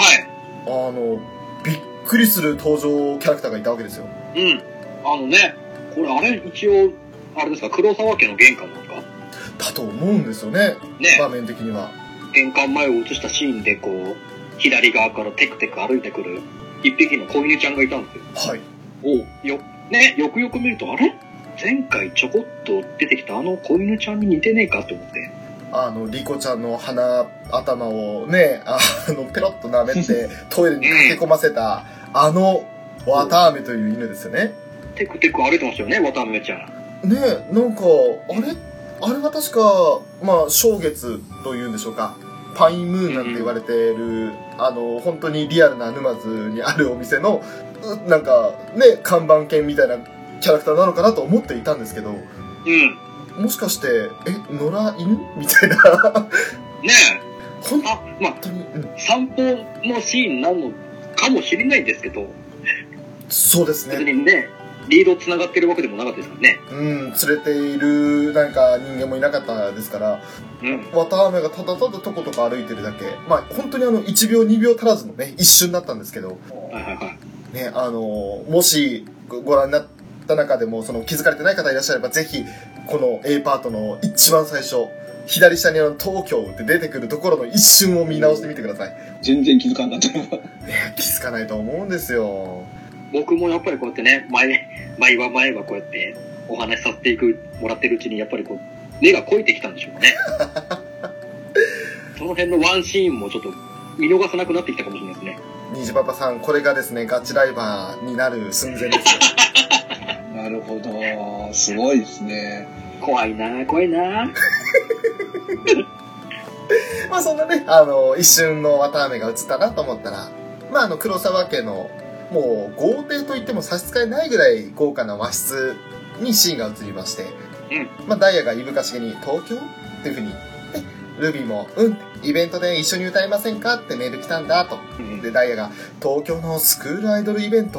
びっくりする登場キャラクターがいたわけですよ。 これあれ一応、あれですか、黒沢家の玄関なんですか？ だと思うんですよね。場面的には。 玄関前を映したシーンでこう、左側からテクテク歩いてくる一匹の子犬ちゃんがいたんですよ。よくよく見ると、あれ？前回ちょこっと出てきた子犬ちゃんに似てねえかって思って。 リコちゃんの頭をね、ペロッと舐めてトイレに駆け込ませた、綿飴という犬ですよね。 テクテク歩いてましたよね、綿飴ちゃん。 ねえ、なんか、あれは確か、まあ、正月というんでしょうか。パインムーンなんて言われてる、本当にリアルな沼津にあるお店の、なんか、ね、看板犬みたいなキャラクターなのかなと思っていたんですけど、もしかして、野良犬みたいな。 ねえ。本当に、散歩のシーンなのかもしれないんですけど。 そうですね。 別にね、リード繋がってるわけでもなかったですからね。 連れているなんか人間もいなかったですから、綿飴がただただとことか歩いてるだけ。まあ本当に1秒2秒足らずのね、一瞬だったんですけど。ね、もしご覧になった中でも気づかれてない方いらっしゃれば、ぜひこの A パートの一番最初、左下に東京って出てくるところの一瞬を見直してみてください。 全然気づかなかった。 ね、気づかないと思うんですよ。 僕もやっぱりこうやってね、毎話こうやってお話しさせてもらってるうちに、やっぱりこう、目が肥えてきたんでしょうね。その辺のワンシーンもちょっと見逃さなくなってきたかもしれないですね。 虹パパさん、これがですね、ガチライバーになる寸前ですよ。 なるほど。すごいですね。 怖いな。 まあそんなね、一瞬の綿飴が映ったなと思ったら、まあ黒沢家の、もう豪邸と言っても差し支えないぐらい豪華な和室にシーンが映りまして、まあダイヤがいぶかしげに東京っていう風に、ルビーも、イベントで一緒に歌いませんかってメール来たんだと。で、ダイヤが東京のスクールアイドルイベント、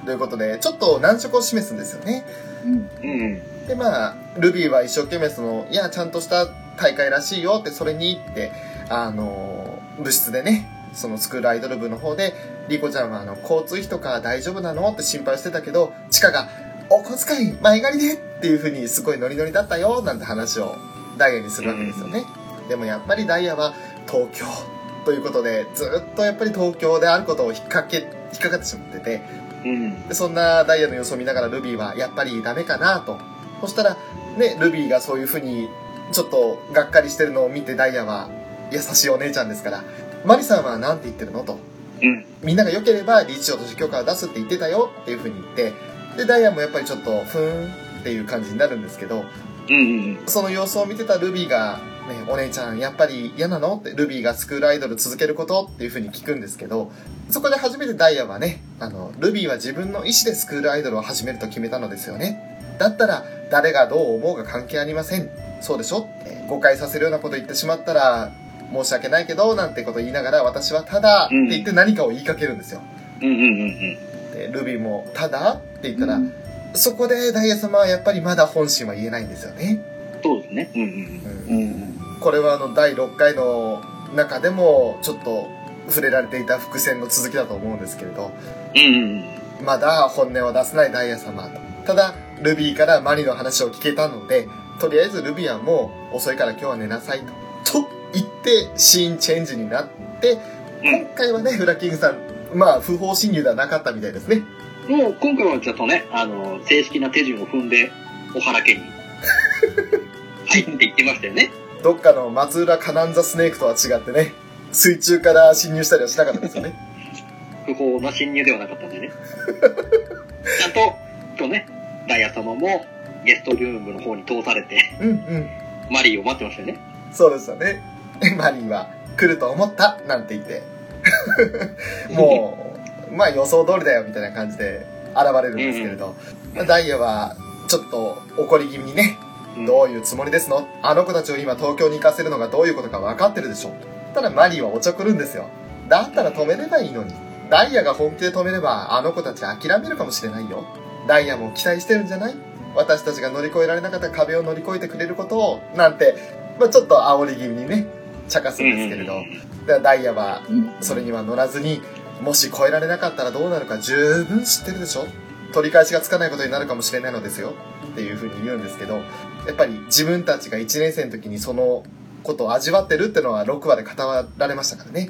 ということで、ちょっと難色を示すんですよね。で、まあ、ルビーは一生懸命いや、ちゃんとした大会らしいよって、それにって、部室でね、そのスクールアイドル部の方で、リコちゃんは交通費とか大丈夫なのって心配してたけど、チカが、お小遣い前借りでっていう風にすごいノリノリだったよ、なんて話をダイヤにするわけですよね。でもやっぱりダイヤは東京ということで、ずっとやっぱり東京であることを引っかかってしまってて、でそんなダイヤの様子を見ながらルビーはやっぱりダメかなと。そしたらね、ルビーがそういう風にちょっとがっかりしてるのを見て、ダイヤは優しいお姉ちゃんですから、マリさんはなんて言ってるのと、みんなが良ければ理事長として許可を出すって言ってたよっていう風に言って、でダイヤもやっぱりちょっとふーんっていう感じになるんですけど、その様子を見てたルビーが、ね、お姉ちゃんやっぱり嫌なのって、ルビーがスクールアイドル続けることっていう風に聞くんですけど、そこで初めてダイヤはね、ルビーは自分の意思でスクールアイドルを始めると決めたのですよね。だったら誰がどう思うが関係ありません。そうでしょって、誤解させるようなこと言ってしまったら申し訳ないけどなんてこと言いながら、私はただって言って何かを言いかけるんですよ。でルビーもただって言ったら、そこでダイヤ様はやっぱりまだ本心は言えないんですよね。 そうですね。 これは第6回の中でもちょっと触れられていた伏線の続きだと思うんですけれど、まだ本音を出せないダイヤ様と。ただルビーからマリの話を聞けたので、とりあえずルビーはもう遅いから今日は寝なさいと言ってシーンチェンジになって、今回はね、フラキングさん、まあ不法侵入ではなかったみたいですね。 もう今回はちょっとね、正式な手順を踏んで小原家に入っていってましたよね。 どっかの松浦カナンザスネークとは違ってね、水中から侵入したりはしなかったですよね。 不法な侵入ではなかったんでね。ちゃんとね、ダイヤ様もゲストルームの方に通されて、マリーを待ってましたよね。 そうでしたね。マリーは来ると思ったなんて言ってもうまあ予想通りだよみたいな感じで現れるんですけれど、ダイヤはちょっと怒り気味にね、どういうつもりですの？あの子たちを今東京に行かせるのがどういうことか分かってるでしょ。ただマリーはおちょくるんですよ。だったら止めればいいのに。ダイヤが本気で止めればあの子たち諦めるかもしれないよ。ダイヤも期待してるんじゃない？私たちが乗り越えられなかった壁を乗り越えてくれることをなんて、まあ、ちょっと煽り気味にね茶化すんですけれど、ダイヤはそれには乗らずに、もし超えられなかったらどうなるか十分知ってるでしょ。取り返しがつかないことになるかもしれないのですよっていう風に言うんですけど、やっぱり自分たちが1年生の時にそのことを味わってるってのは6話で語られましたからね。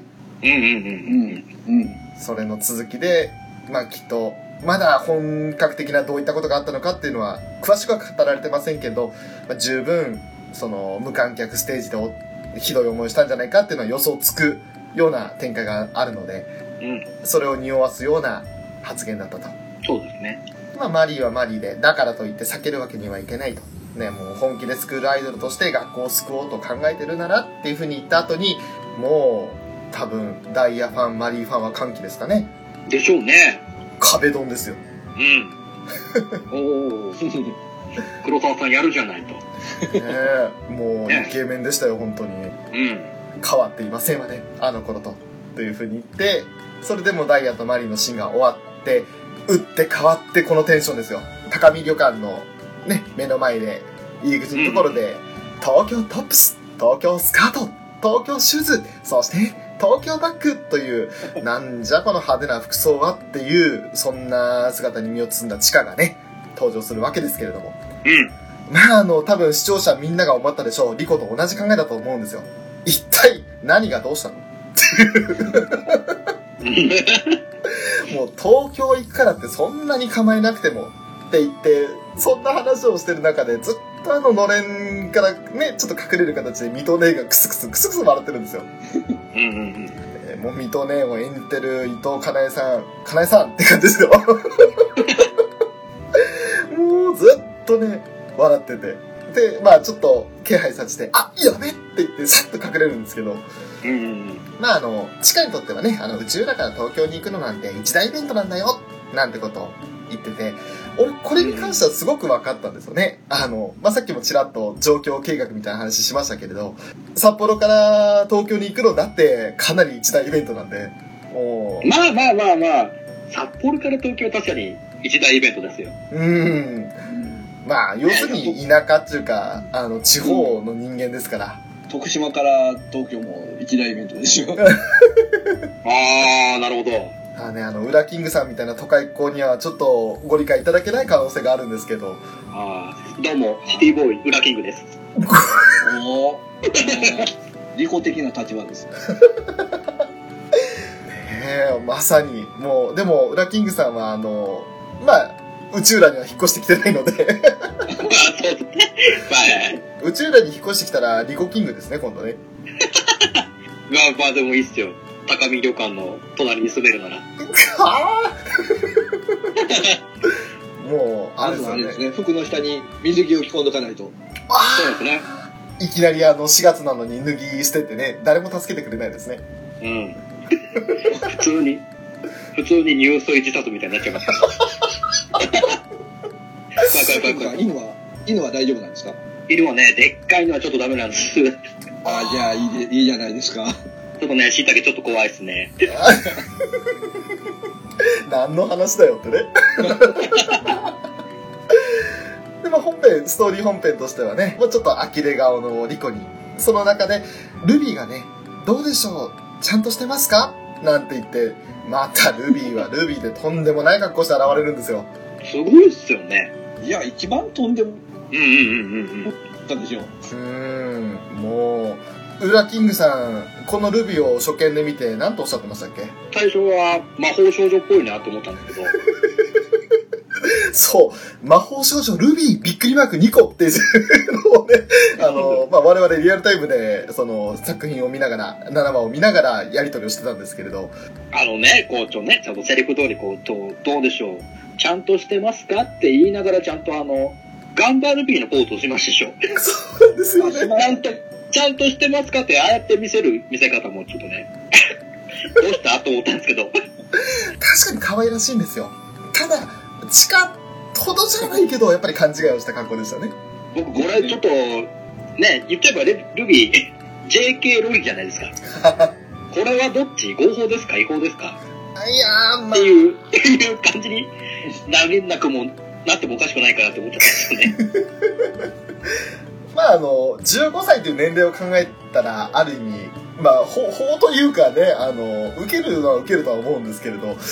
それの続きで、まあきっとまだ本格的などういったことがあったのかっていうのは詳しくは語られてませんけど、まあ、十分その無観客ステージでひどい思いをしたんじゃないかっていうのは予想つくような展開があるので、それを匂わすような発言だったと。 そうですね。 まあマリーはマリーで、だからといって避けるわけにはいけないと。ね、もう本気でスクールアイドルとして学校を救おうと考えてるならっていうふうに言った後に、もう多分ダイヤファン、マリーファンは歓喜ですかね。 でしょうね。 壁ドンですよ。 おー。黒沢さんやるじゃないと。 もうイケメンでしたよ、本当に。変わっていませんわね、あの頃と。というふうに言って、それでもダイヤとマリーのシーンが終わって、打って変わってこのテンションですよ。高見旅館のね、目の前で、入り口のところで、東京トップス、東京スカート、東京シューズ、そして東京バッグという、なんじゃこの派手な服装はっていう、そんな姿に身を包んだチカがね、登場するわけですけれども。まあ多分視聴者みんなが思ったでしょう。リコと同じ考えだと思うんですよ。一体何がどうしたのもう東京行くからってそんなに構えなくてもって言って、そんな話をしてる中でずっとのれんからね、ちょっと隠れる形で水戸姉がクスクス笑ってるんですよ。もう水戸姉を演じてる伊藤かなえさんって感じですよ。もうずっとね、笑ってて。で、まあちょっと気配させて、あ、やべって言ってさっと隠れるんですけど、まあチカにとってはね、宇宙だから東京に行くのなんて一大イベントなんだよなんてことを言ってて、俺これに関してはすごく分かったんですよね。まあ、さっきもちらっと状況計画みたいな話しましたけれど、札幌から東京に行くのだってかなり一大イベントなんで、 まあ札幌から東京は確かに一大イベントですよ。 まあ、要するに田舎っていうか、地方の人間ですから。 徳島から東京も一大イベントですよ。 ああ、なるほど。 ウラキングさんみたいな都会っ子にはちょっとご理解いただけない可能性があるんですけど。 どうも、シティボーイ、ウラキングです。 利己的な立場です。 まさに、もう、でも、ウラキングさんは、まあ、宇宙裏には引っ越してきてないので。宇宙裏に引っ越してきたら、リコキングですね、今度ね。 まあでもいいっすよ。高見旅館の隣に住めるなら。 もう、あれですね。服の下に水着を着込んどかないと。 そうですね。 いきなり4月なのに脱ぎ捨ててね、誰も助けてくれないですね。 普通に入水自殺みたいになっちゃいますから。 犬は大丈夫なんですか？ 犬はね、でっかいのはちょっとダメなんです。 じゃあいいじゃないですか。 ちょっとね、椎茸ちょっと怖いですね。 何の話だよってね。でもストーリー本編としてはね、もうちょっと呆れ顔のリコに、その中でルビーがね、どうでしょう、ちゃんとしてますかなんて言って、またルビーはルビーでとんでもない格好して現れるんですよ。 すごいっすよね。 いや、一番とんでもたでしょ。 もう、ウラキングさん、このルビーを初見で見て何とおっしゃってましたっけ？ 最初は魔法少女っぽいなと思ったんだけど。 そう、魔法少女ルビーびっくりマーク2個っていうのをね、我々リアルタイムで、その作品を見ながら、7話を見ながらやり取りをしてたんですけれど。 ちゃんとセリフ通りどうでしょう。ちゃんとしてますかって言いながらちゃんとガンバルビーのポーズをしましたでしょ。 そうなんですよね。 ちゃんとしてますかってああやって見せ方もちょっとね、どうしたと思ったんですけど。 確かに可愛らしいんですよ。ただ、近ほどじゃないけど、やっぱり勘違いをした格好でしたね。 僕、これちょっと、ね、言っちゃえばルビー、JK ルビーじゃないですか。これはどっち？合法ですか？違法ですか？っていう感じになくもなってもおかしくないかなって思っちゃったんですよね。 まあ15歳という年齢を考えたら、ある意味、まあ、法というかね、受けるのは受けるとは思うんですけれど、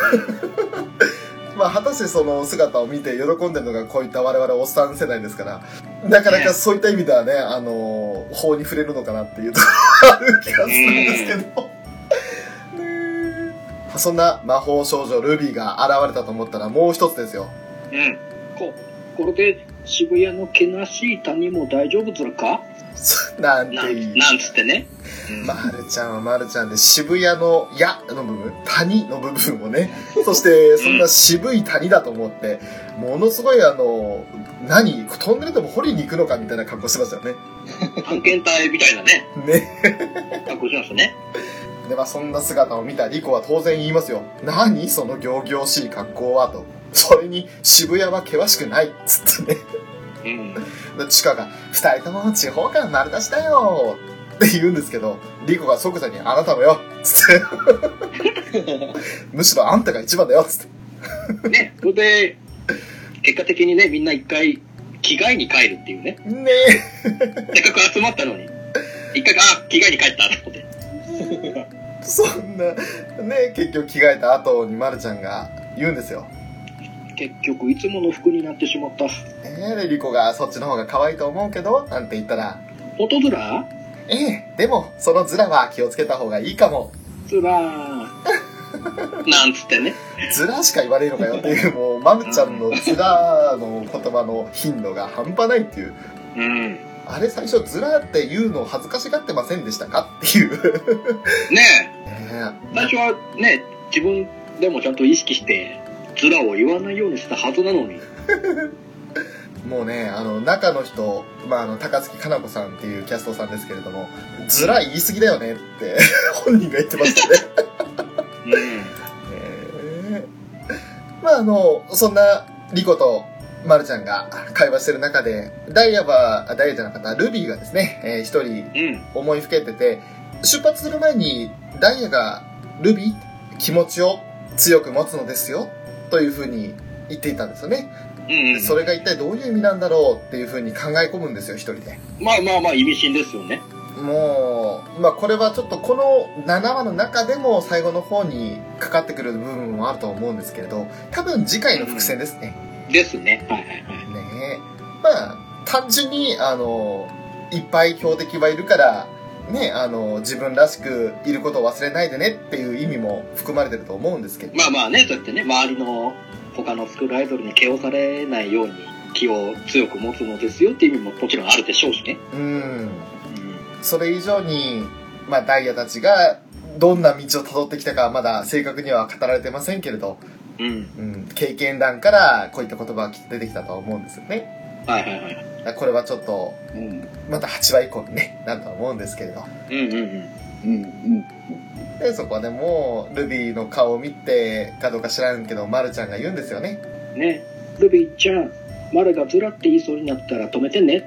まあ、果たしてその姿を見て喜んでるのがこういった我々おっさん世代ですから、なかなかそういった意味ではね、法に触れるのかなっていうところがある気がするんですけど。そんな魔法少女ルビーが現れたと思ったらもう一つですよ。 これで渋谷の険しい谷も大丈夫ずらか？ なんつってね。 まるちゃんはまるちゃんで渋谷の矢の部分、谷の部分をね、そしてそんな渋い谷だと思って、ものすごいトンネルでも掘りに行くのかみたいな格好してましたよね。 探検隊みたいなね。格好しましたね。 で、そんな姿を見たリコは当然言いますよ。何その仰々しい格好はと。それに渋谷は険しくないっつってね。チカが2人とも地方感丸出しだよって言うんですけど、リコが即座にあなたもよっつってむしろあんたが一番だよっつってね。それで結果的にね、みんな一回着替えに帰るっていうね。せっかく集まったのに一回着替えに帰ったと思ってそんなね、結局着替えた後にまるちゃんが言うんですよ。 結局いつもの服になってしまった。 でリコがそっちの方が可愛いと思うけどなんて言ったら、 フォトズラ？ でもそのズラは気をつけた方がいいかも。 ズラなんつってね。 ズラしか言われるのかよっていう、もうまるちゃんのズラの言葉の頻度が半端ないっていう。あれ最初ズラって言うの恥ずかしがってませんでしたかっていう最初はね、自分でもちゃんと意識してズラを言わないようにしたはずなのにもうね、中の人、高槻かな子さんっていうキャストさんですけれども、ズラ言い過ぎだよねって本人が言ってましたね。そんなリコとまるちゃんが会話してる中で、ダイヤじゃなかったルビーがですね、一人思いふけてて、出発する前にダイヤがルビー気持ちを強く持つのですよというふうに言っていたんですよね。それが一体どういう意味なんだろうっていうふうに考え込むんですよ、一人で。 まあ、意味深ですよね。 もう、これはちょっとこの7話の中でも最後の方にかかってくる部分もあると思うんですけれど、多分次回の伏線ですね。 ですね。はい。 ねえ。単純に、いっぱい標的はいるから、ね、自分らしくいることを忘れないでねっていう意味も含まれてると思うんですけど。 まあね、そうやってね、周りの他のスクールアイドルに気をされないように気を強く持つのですよっていう意味ももちろんあるでしょうしね。 それ以上に、ダイヤたちがどんな道を辿ってきたかはまだ正確には語られてませんけれど、経験談からこういった言葉がきっと出てきたとは思うんですよね。これはちょっと、また8話以降にね、なるとは思うんですけれど。で、そこはね、もう、ルビーの顔を見てかどうか知らんけど、マルちゃんが言うんですよね。 ね、ルビーちゃん、マルがずらって言いそうになったら止めてねって。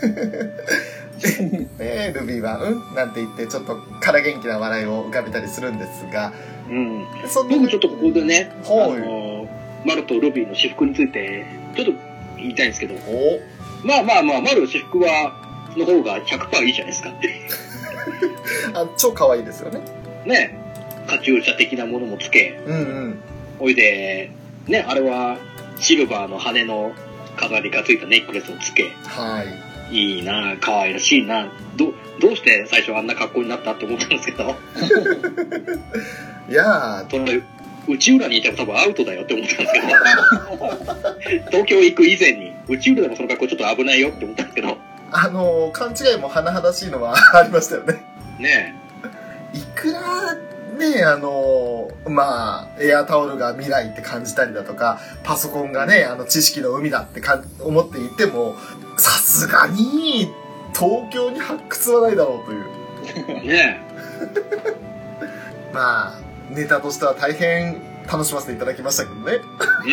ね、ルビーはなんて言ってちょっとから元気な笑いを浮かべたりするんですが、 僕ちょっとここでね、マルとルビーの私服についてちょっと言いたいんですけど、マル私服の方が 100% いいじゃないですかって超可愛いですよね。 ね、カチューシャ的なものもつけ、おいでね、あれはシルバーの羽の飾りがついたネックレスをつけ、いいな、可愛らしいな。どうして最初あんな格好になったって思ったんですけど。 いやー、内浦にいても多分アウトだよって思ったんですけど。東京行く以前に、内浦でもその格好ちょっと危ないよって思ったんですけど。 勘違いも甚だしいのはありましたよね。 ねえ。いくら、ね、エアタオルが未来って感じたりだとか、パソコンがね、知識の海だって思っていても、さすがに、東京に発掘はないだろうという。 ねえ。ネタとしては大変楽しませていただきましたけどね。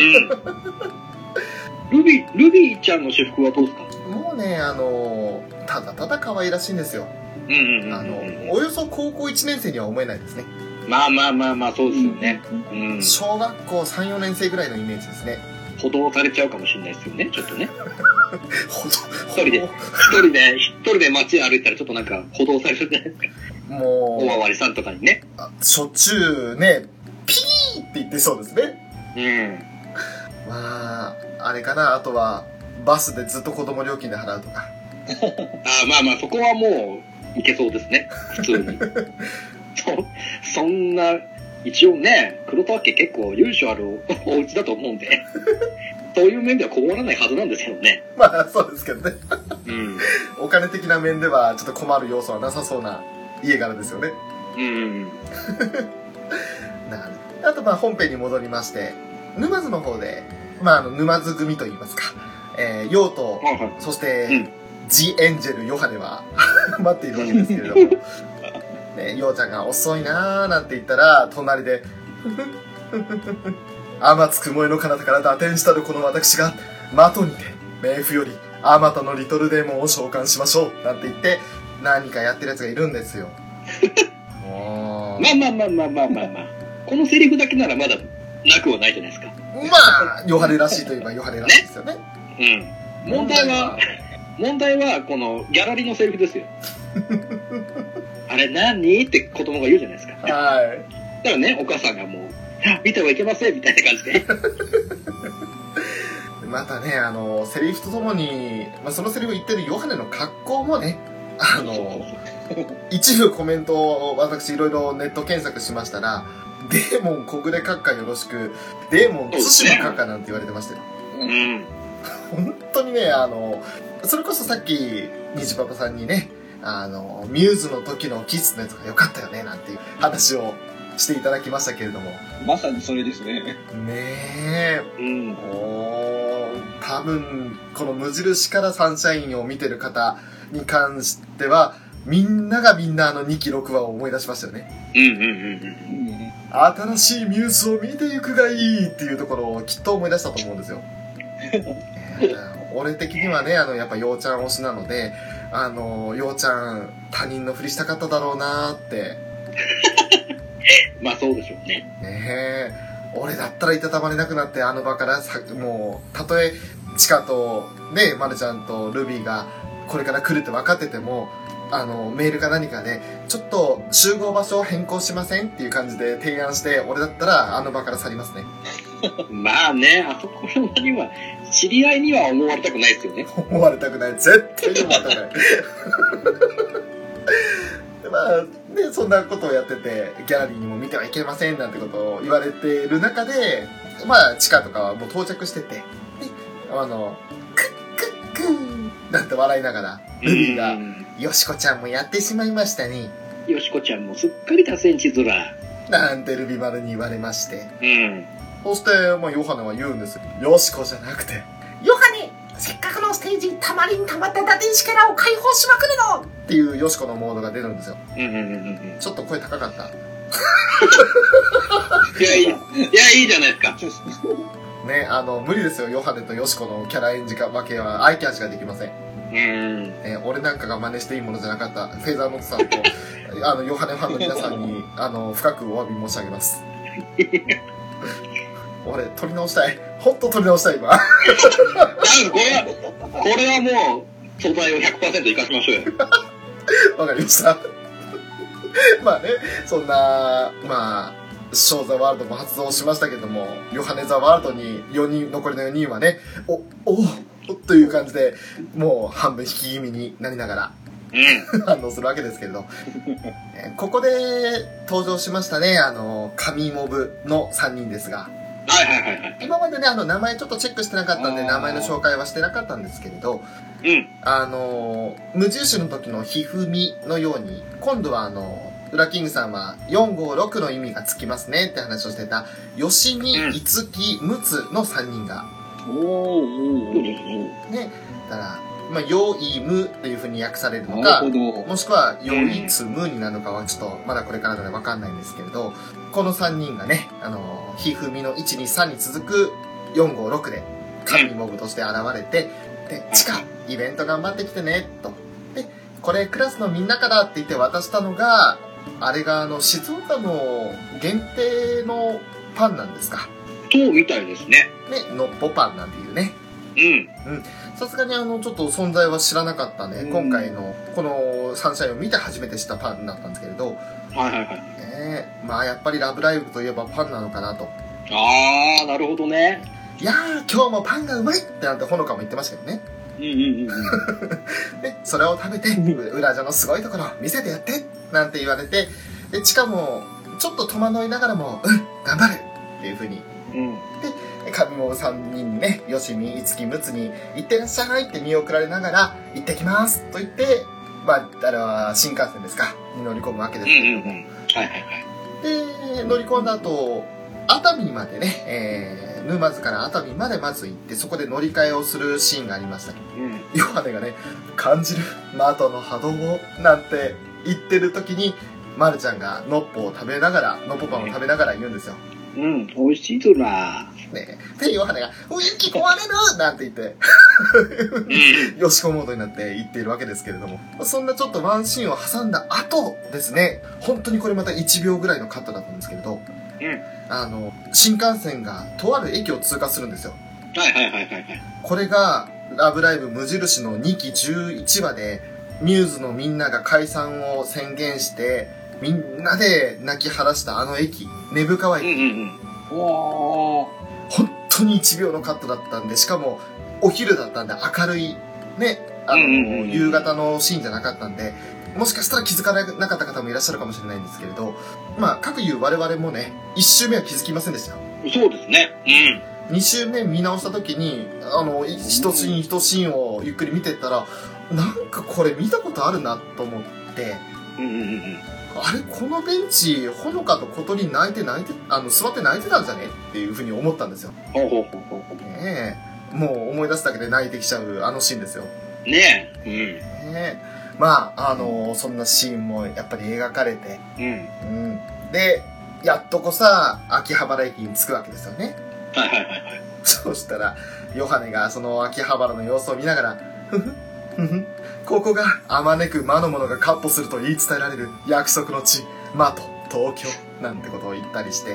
ルビーちゃんの私服はどうですか？ もうね、ただただ可愛らしいんですよ。およそ高校1年生には思えないですね。 まあ、そうですよね。 小学校3、4年生ぐらいのイメージですね。 補導されちゃうかもしれないですよね、ちょっとね。一人で街歩いたらちょっとなんか補導されるじゃないですか。もう、おまわりさんとかにね。 しょっちゅうね、ピーって言ってそうですね。あれかな、あとは、バスでずっと子供料金で払うとか。 そこはもう、いけそうですね、普通に。そんな、一応ね、黒田家結構由緒あるお家だと思うんで、そういう面では困らないはずなんですけどね。 そうですけどね。お金的な面ではちょっと困る要素はなさそうな家柄ですよね。あと本編に戻りまして、沼津の方で、沼津組といいますか、ヨウと、そして、ジ・エンジェル・ヨハネは待っているわけですけれども、ヨウちゃんが遅いなーなんて言ったら、隣で、天津雲の彼方から打天したるこの私が、的にて、冥府より、あまたのリトルデーモンを召喚しましょうなんて言って、何かやってるやつがいるんですよ。 このセリフだけならまだなくはないじゃないですか。 ヨハネらしいといえばヨハネらしいですよね。 問題はこのギャラリーのセリフですよ。あれ何って子供が言うじゃないですか。だからね、お母さんがもう、見てはいけませんみたいな感じで。 またね、セリフとともに、そのセリフを言ってるヨハネの格好もね、一部コメントを私いろいろネット検索しましたら、デーモン小暮閣下よろしく、デーモン対馬閣下なんて言われてましたよ。本当にね、それこそさっき、虹パパさんにね、ミューズの時のキスのやつが良かったよね、なんていう話をしていただきましたけれども。 まさにそれですね。 ねえ。多分、この無印からサンシャインを見てる方に関しては、みんなが2期6話を思い出しましたよね。新しいミューズを見ていくがいいっていうところをきっと思い出したと思うんですよ。俺的にはね、やっぱヨウちゃん推しなので、ヨウちゃん他人のふりしたかっただろうなーって。 そうでしょうね。 ねえ。 俺だったらいたたまれなくなってあの場からもう、たとえチカとね、マルちゃんとルビーがこれから来るって分かってても、メールか何かで、ちょっと集合場所を変更しませんっていう感じで提案して、俺だったらあの場から去りますね。 まあね、あそこの場には、知り合いには思われたくないですよね。 思われたくない。絶対に思われたくない。まあ、で、そんなことをやってて、ギャラリーにも見てはいけませんなんてことを言われてる中で、まあ、チカとかはもう到着してて、で、クックックーなんて笑いながら、ルビーが、よしこちゃんもやってしまいましたね。 よしこちゃんもすっかり多センチ面。 なんてルビ丸に言われまして。 うん。 そして、まあ、ヨハネは言うんですよ。よしこじゃなくて、ヨハネせっかくのステージ、たまりにたまった打点力を解放しまくるのっていうよしこのモードが出るんですよ。ちょっと声高かった。 いや、いいじゃないですか。 ね、無理ですよ、ヨハネとヨシコのキャラ演じ分けは、アイキャンしかできません。俺なんかが真似していいものじゃなかった、フェザーノットさんと、ヨハネファンの皆さんに、深くお詫び申し上げます。俺、撮り直したい。ほんと撮り直したい、今。これはもう、素材を 100% 生かしましょうよ。 わかりました。まあね、そんな、まあ、ショーザワールドも発動しましたけども、ヨハネザワールドに残りの4人はね、という感じで、もう半分引き気味になりながら、反応するわけですけれど、ここで登場しましたね、神モブの3人ですが、今までね、名前ちょっとチェックしてなかったんで、名前の紹介はしてなかったんですけれど、無印の時のひふみのように、今度はウラキングさんは456の意味がつきますねって話をしてた、よしみ、いつき、むつの3人が。ね、だから、まあ、よいむっていう風に訳されるのか、もしくはよいつむになるのかはちょっとまだこれからなのでわかんないんですけれど、この3人がね、ひふみの1、2、3に続く4、5、6で神モブとして現れて、で、チカ、イベント頑張ってきてね、と。で、これクラスのみんなからって言って渡したのが、あれが静岡の限定のパンなんですか。 そうみたいですね。 ね、のっぽパンなんていうね。さすがにちょっと存在は知らなかったんで、今回のこのサンシャインを見て初めて知ったパンだったんですけれど。まあやっぱりラブライブといえばパンなのかなと。 あー、なるほどね。 いやー、今日もパンがうまいってなんてほのかも言ってましたけどね。で、それを食べて、裏女のすごいところ見せてやってなんて言われて、で、しかも、ちょっと戸惑いながらも、頑張るっていう風に。で、神も3人にね、よしみ、いつき、むつに、行ってらっしゃいって見送られながら、行ってきますと言って、まあ、あれは新幹線ですか、に乗り込むわけですけれども。で、乗り込んだ後、熱海までね、沼津から熱海までまず行って、そこで乗り換えをするシーンがありましたけど、ヨハネがね、感じる的の波動を、なんて言ってる時に、マルちゃんがノッポを食べながら、ノッポパンを食べながら言うんですよ。 美味しいぞな。 ね、で、ヨハネが、息壊れるなんて言って、よしこモードになって言っているわけですけれども、そんなちょっとワンシーンを挟んだ後ですね、本当にこれまた1秒ぐらいのカットだったんですけれど、新幹線がとある駅を通過するんですよ。これが、ラブライブ無印の2期11話で、ミューズのみんなが解散を宣言して、みんなで泣き晴らしたあの駅、根府川駅。本当に1秒のカットだったんで、しかもお昼だったんで明るい、ね、夕方のシーンじゃなかったんで、もしかしたら気づかなかった方もいらっしゃるかもしれないんですけれど、まあ、各言う我々もね、1周目は気づきませんでしたよ。 そうですね。 2周目見直した時に、一シーン一シーンをゆっくり見てったら、なんかこれ見たことあるなと思って、あれこのベンチ、ほのかと小鳥座って泣いてたんじゃねっていうふうに思ったんですよ。ねえ。もう思い出すだけで泣いてきちゃうあのシーンですよ。 ねえ。まあ、そんなシーンもやっぱり描かれて、で、やっとこさ、秋葉原駅に着くわけですよね。そうしたら、ヨハネがその秋葉原の様子を見ながら、ここがあまねく魔の者が闊歩すると言い伝えられる約束の地、魔と東京なんてことを言ったりして、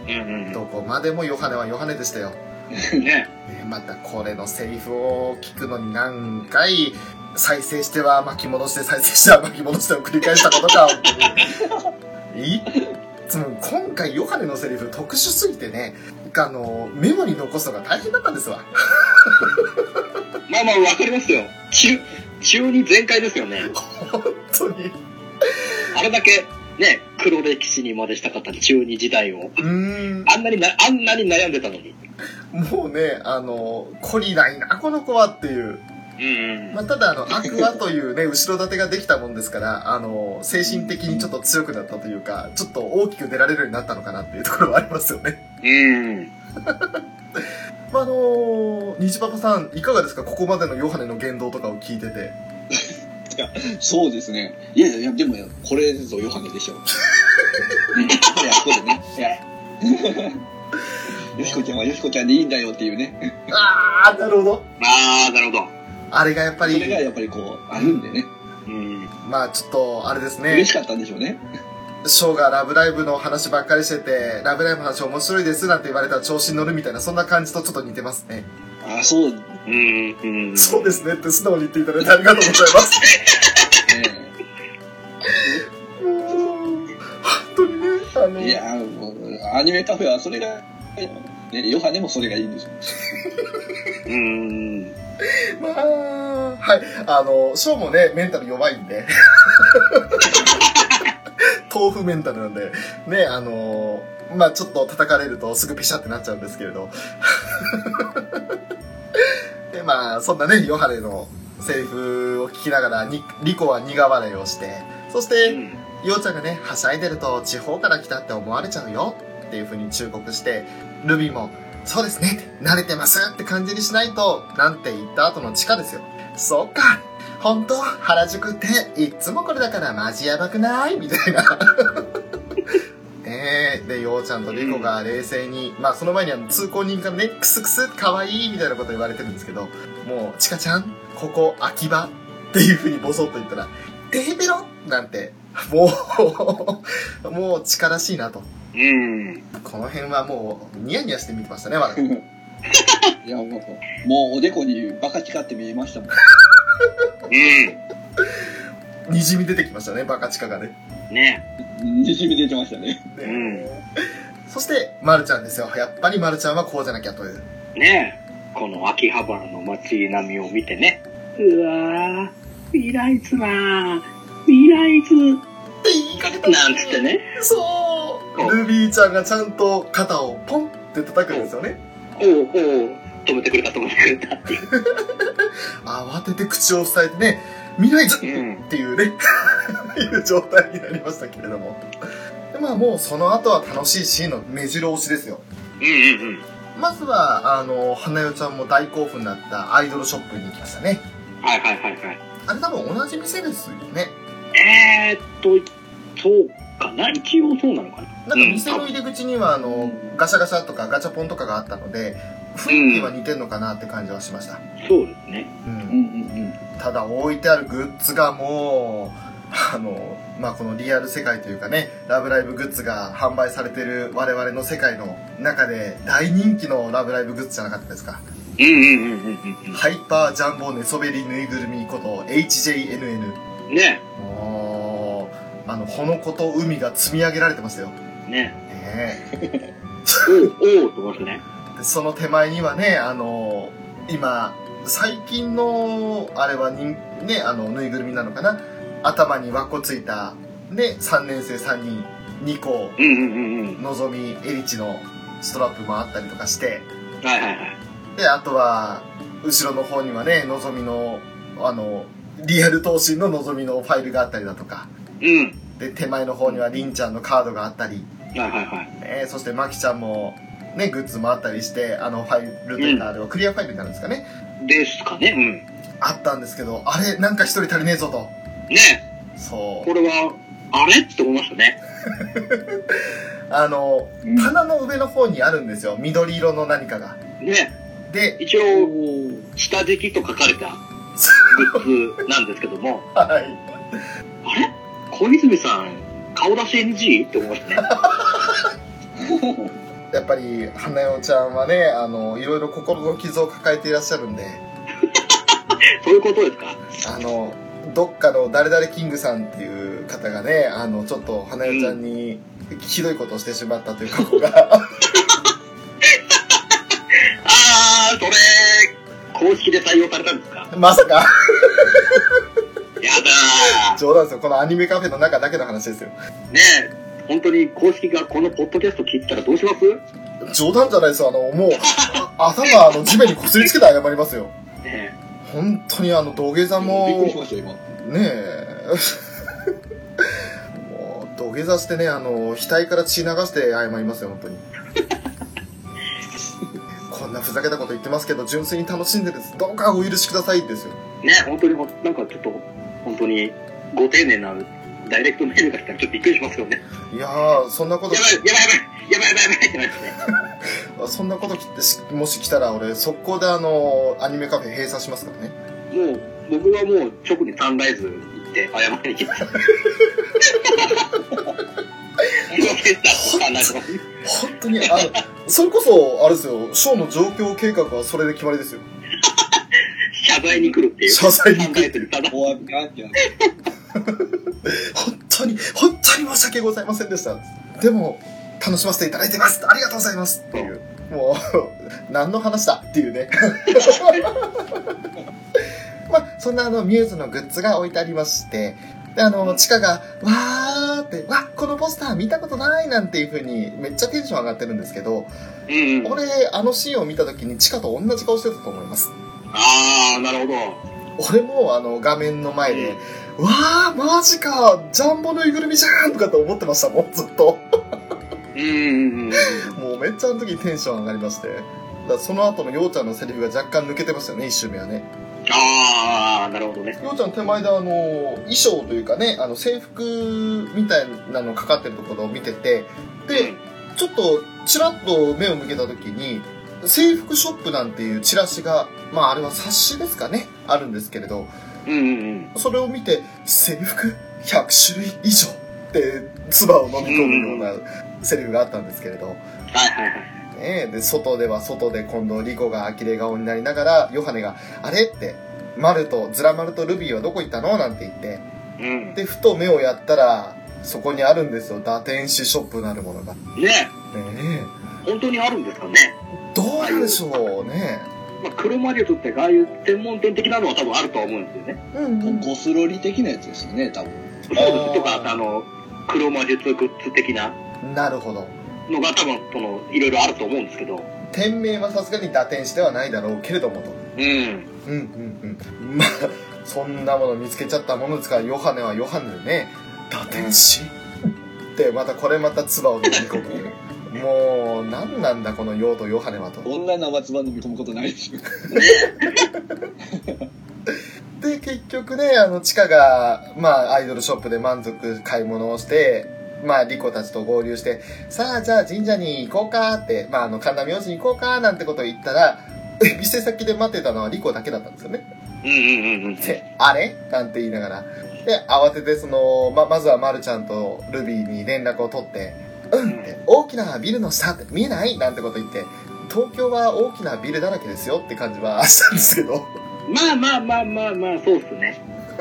どこまでもヨハネはヨハネでしたよ。 ね。 またこれのセリフを聞くのに何回再生しては巻き戻して再生しては巻き戻してを繰り返したことか。いつも今回ヨハネのセリフ特殊すぎてね、メモに残すのが大変だったんですわ。 まあまあわかりますよ。中二全開ですよね。 本当に。 あれだけね、黒歴史にまでしたかった中二時代を。あんなに悩んでたのに。 もうね、懲りないな、この子はっていう。まあ、ただ、アクアというね、後ろ盾ができたもんですから、精神的にちょっと強くなったというか、ちょっと大きく出られるようになったのかなっていうところはありますよね。まあ、虹パパさん、いかがですか？ここまでのヨハネの言動とかを聞いてて。 いや、そうですね。いや、でも、これぞヨハネでしょ。いや、これね。いや。よしこちゃんはよしこちゃんでいいんだよっていうね。 あー、なるほど。 なるほど。 あれがやっぱり。 それがやっぱりこう、あるんでね。 まあちょっと、あれですね。 嬉しかったんでしょうね。 ショーがラブライブの話ばっかりしてて、ラブライブの話面白いですなんて言われたら調子に乗るみたいな、そんな感じとちょっと似てますね。 あ、そう。 そうですねって素直に言っていただいてありがとうございます。本当にね、 いや、もう、アニメカフェはそれが、ね、ヨハネもそれがいいんですよ。 まあ、はい、ショーもね、メンタル弱いんで。豆腐メンタルなんで、ね、まあちょっと叩かれるとすぐピシャってなっちゃうんですけれど。で、まあそんなね、ヨハネのセリフを聞きながら、リコは苦笑いをして、そして、ヨウちゃんがね、はしゃいでると地方から来たって思われちゃうよっていう風に忠告して、ルビーも、そうですね、慣れてますって感じにしないと、なんて言った後の地下ですよ。そうか。本当原宿っていつもこれだからマジやばくないみたいな。で、ようちゃんとリコが冷静に、まあその前に通行人からね、クスクスかわいいみたいなこと言われてるんですけど、もう、チカちゃん、ここ秋葉っていう風にボソッと言ったら、デヘペロなんて、もう力らしいなと。この辺はもうニヤニヤして見てましたね、まだ。 いや、もうおでこにバカチカって見えましたもん。 にじみ出てきましたね、バカチカがね。 にじみ出てましたね。 そして、マルちゃんですよ。やっぱりマルちゃんはこうじゃなきゃという。 この秋葉原の街並みを見てね。うわー、未来図なー。未来図って言いかけたなんつってね。 そう。ルビーちゃんがちゃんと肩をポンって叩くんですよね。 止めてくれたっていう。 慌てて口を塞いでね、未来図っていうね、いう状態になりましたけれども。で、まあもうその後は楽しいシーンの目白押しですよ。まずは、花代ちゃんも大興奮だったアイドルショップに行きましたね。あれ多分同じ店ですよね。 そうかな、一応そうなのかな。 なんか店の入り口にはガシャガシャとかガチャポンとかがあったので、雰囲気は似てんのかなって感じはしました。 そうですね。 ただ置いてあるグッズがもう、まあこのリアル世界というかね、ラブライブグッズが販売されてる我々の世界の中で大人気のラブライブグッズじゃなかったですか。ハイパージャンボ寝そべりぬいぐるみこと HJNN。 ね。 ほのこと海が積み上げられてますよ。 ね。おってますね。 その手前にはね、今、最近の、あれはね、ぬいぐるみなのかな。頭に輪っこついた、ね、3年生3人、2個、のぞみ、エリチのストラップもあったりとかして、で、あとは、後ろの方にはね、のぞみの、リアル闘神ののぞみのファイルがあったりだとか、で、手前の方にはりんちゃんのカードがあったり、そしてまきちゃんも、ね、グッズもあったりして、ファイルというか、あれはクリアファイルになるんですかね。 ですかね。 あったんですけど、あれ、なんか一人足りねえぞと。 ね。 そう。 これは、あれって思いましたね。 棚の上の方にあるんですよ。緑色の何かが。 ね。で、一応、下敷きと書かれたグッズなんですけども。 はい。 あれ小泉さん、顔出し NG? って思いましたね。 やっぱり花代ちゃんはね、いろいろ心の傷を抱えていらっしゃるんで。 そういうことですか？ どっかの誰々キングさんっていう方がね、ちょっと花代ちゃんにひどいことをしてしまったという過去が。 それ、公式で採用されたんですか？ まさか。やだー。 冗談ですよ。このアニメカフェの中だけの話ですよ。 ねえ、本当に公式がこのポッドキャスト聞いてたらどうします？ 冗談じゃないですよ。もう、頭地面にこすりつけて謝りますよ。 ねえ。 本当に土下座も。 びっくりしましたよ、今。 ねえ。もう、土下座してね、額から血流して謝りますよ、本当に。こんなふざけたこと言ってますけど、純粋に楽しんでるんです。どうかお許しくださいですよ。 ね、本当になんかちょっと、本当に、ご丁寧なダイレクトメールが来たらちょっとびっくりしますよね。 いやー、そんなこと。 やばいってなってね。 そんなこともし来たら俺、速攻でアニメカフェ閉鎖しますからね。 もう、僕はもう直にサンライズ行って謝りに来ます。 本当に、それこそ、あれですよ、ショーの状況計画はそれで決まりですよ。 謝罪に来るっていう。 謝罪に来る。 お詫びかって本当に申し訳ございませんでした。でも、楽しませていただいてます。ありがとうございます。っていう。もう、何の話だっていうね。まあ、そんなミューズのグッズが置いてありまして、で、チカが、わーって、このポスター見たことないなんていう風に、めっちゃテンション上がってるんですけど、俺、シーンを見た時にチカと同じ顔してたと思います。 なるほど。 俺も画面の前で、わー、マジか、ジャンボぬいぐるみじゃんとかと思ってましたもん、ずっと。もうめっちゃあの時にテンション上がりまして。だからその後のようちゃんのセリフが若干抜けてましたよね、一周目はね。 なるほどね。 ようちゃん手前で衣装というかね、制服みたいなのかかってるところを見てて、で、ちょっとチラッと目を向けた時に、制服ショップなんていうチラシが、まああれは冊子ですかね、あるんですけれど、それを見て、制服100種類以上って唾を飲み込むようなセリフがあったんですけれど、で、外では外で今度リコが呆れ顔になりながら、ヨハネが、あれって、ズラマルとルビーはどこ行ったのなんて言って、で、ふと目をやったら、そこにあるんですよ、打天使ショップなるものが。 本当にあるんですかね。 どうなんでしょうね。 まあ、黒魔術ってああいう専門店的なのは多分あるとは思うんですよね。 ゴスロリ的なやつですよね、多分。 そうです。とか、黒魔術グッズ的な。 なるほど。 のが多分、いろいろあると思うんですけど。 店名はさすがに打天使ではないだろうけれどもと。まあ、そんなもの見つけちゃったものですから、ヨハネはヨハネでね、打天使で、また唾を飲み込む。もう、何なんだこのヨウとヨハネはと。 こんな生唾飲み込むことないでしょ。 で、結局ね、チカが、まあ、アイドルショップで満足買い物をして、まあ、リコたちと合流して、さあ、じゃあ神社に行こうかって、まあ、神田明神に行こうかなんてことを言ったら、店先で待ってたのはリコだけだったんですよね。で、あれなんて言いながら。で、慌ててまずはマルちゃんとルビーに連絡を取って、って大きなビルの下って見えないなんてこと言って、東京は大きなビルだらけですよって感じはしたんですけど。 まあ、そうっすね。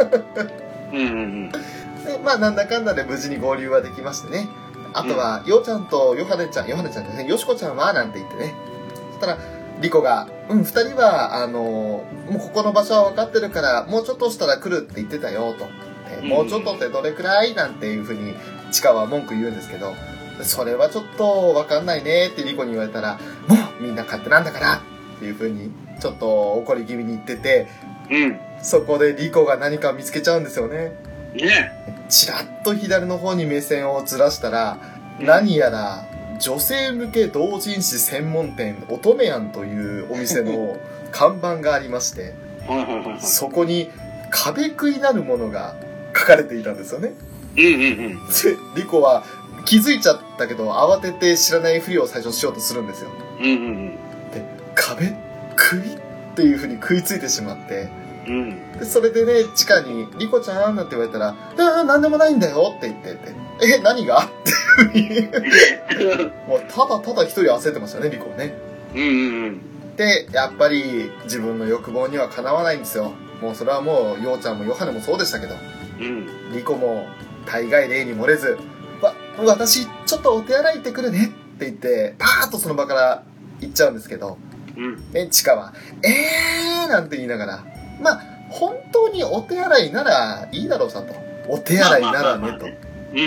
で、まあ、なんだかんだで無事に合流はできましてね。あとは、ヨウちゃんとヨハネちゃんですね、ヨシコちゃんはなんて言ってね。そしたら、リコが、二人は、もうここの場所は分かってるから、もうちょっとしたら来るって言ってたよ、と。もうちょっとってどれくらいなんていうふうに、チカは文句言うんですけど、それはちょっと分かんないねってリコに言われたら、もうみんな勝手なんだからっていうふうに、ちょっと怒り気味に言ってて、そこでリコが何か見つけちゃうんですよね。チラッと左の方に目線をずらしたら、何やら女性向け同人誌専門店乙女庵というお店の看板がありまして、そこに壁食いなるものが書かれていたんですよね。で、リコは気づいちゃったけど慌てて知らないふりを最初しようとするんですよ。で、壁食いっていうふうに食いついてしまって、 うん。 で、それでね、チカに、リコちゃんなんて言われたら、なんでもないんだよって言ってて、何がっていうふうに、もうただただ一人焦ってましたね、リコね。 うんうんうん。 で、やっぱり自分の欲望にはかなわないんですよ。もうそれはもう、ヨウちゃんもヨハネもそうでしたけど、 うん。 リコも大概例に漏れず、私、ちょっとお手洗い行ってくるねって言って、パーッとその場から行っちゃうんですけど、 うん。 で、チカは、なんて言いながら、まあ、本当にお手洗いならいいだろうさと。お手洗いならねと。 うん。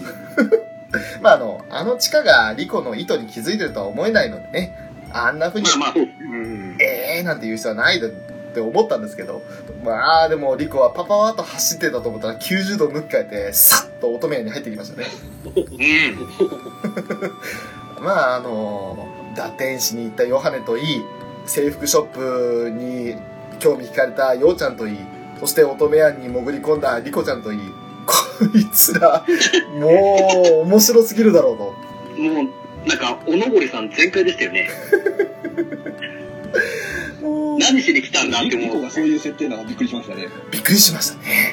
まあ、あのチカがリコの意図に気づいてるとは思えないのでね、あんな風に、なんて言う必要はないって思ったんですけど、まあでもリコはパパワーと走ってたと思ったら90度向き変えてさっと乙女屋に入ってきましたね。まあ打天使に行ったヨハネといい、制服ショップに興味惹かれたヨウちゃんといい、そして乙女屋に潜り込んだリコちゃんといい、こいつらもう面白すぎるだろうと。 もうなんかおのぼりさん全開でしたよね。何しに来たんだって思う。 リコがそういう設定なのびっくりしましたね。 びっくりしましたね。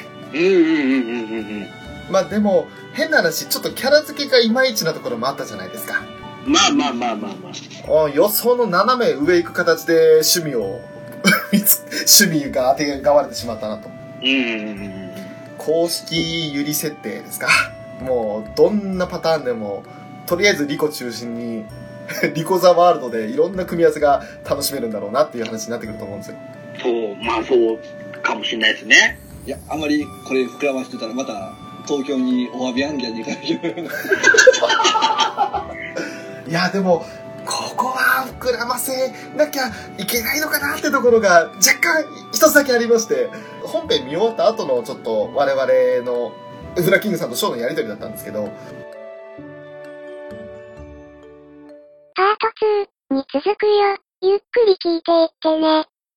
まあでも変な話、ちょっとキャラ付けがいまいちなところもあったじゃないですか。 まあ。 予想の斜め上行く形で趣味が当てがわれてしまったなと。公式ユリ設定ですか。もうどんなパターンでもとりあえずリコ中心にリコザワールドでいろんな組み合わせが楽しめるんだろうなっていう話になってくると思うんですよ。 そうかもしれないですね。 いや、あんまりこれ膨らましてたらまた東京にお詫び案件に行かなきゃいけない。 いやでもここは膨らませなきゃいけないのかなってところが若干一つだけありまして、本編見終わった後のちょっと我々のフラキングさんとショーのやり取りだったんですけど、 パート2に続くよ。ゆっくり聞いていってね。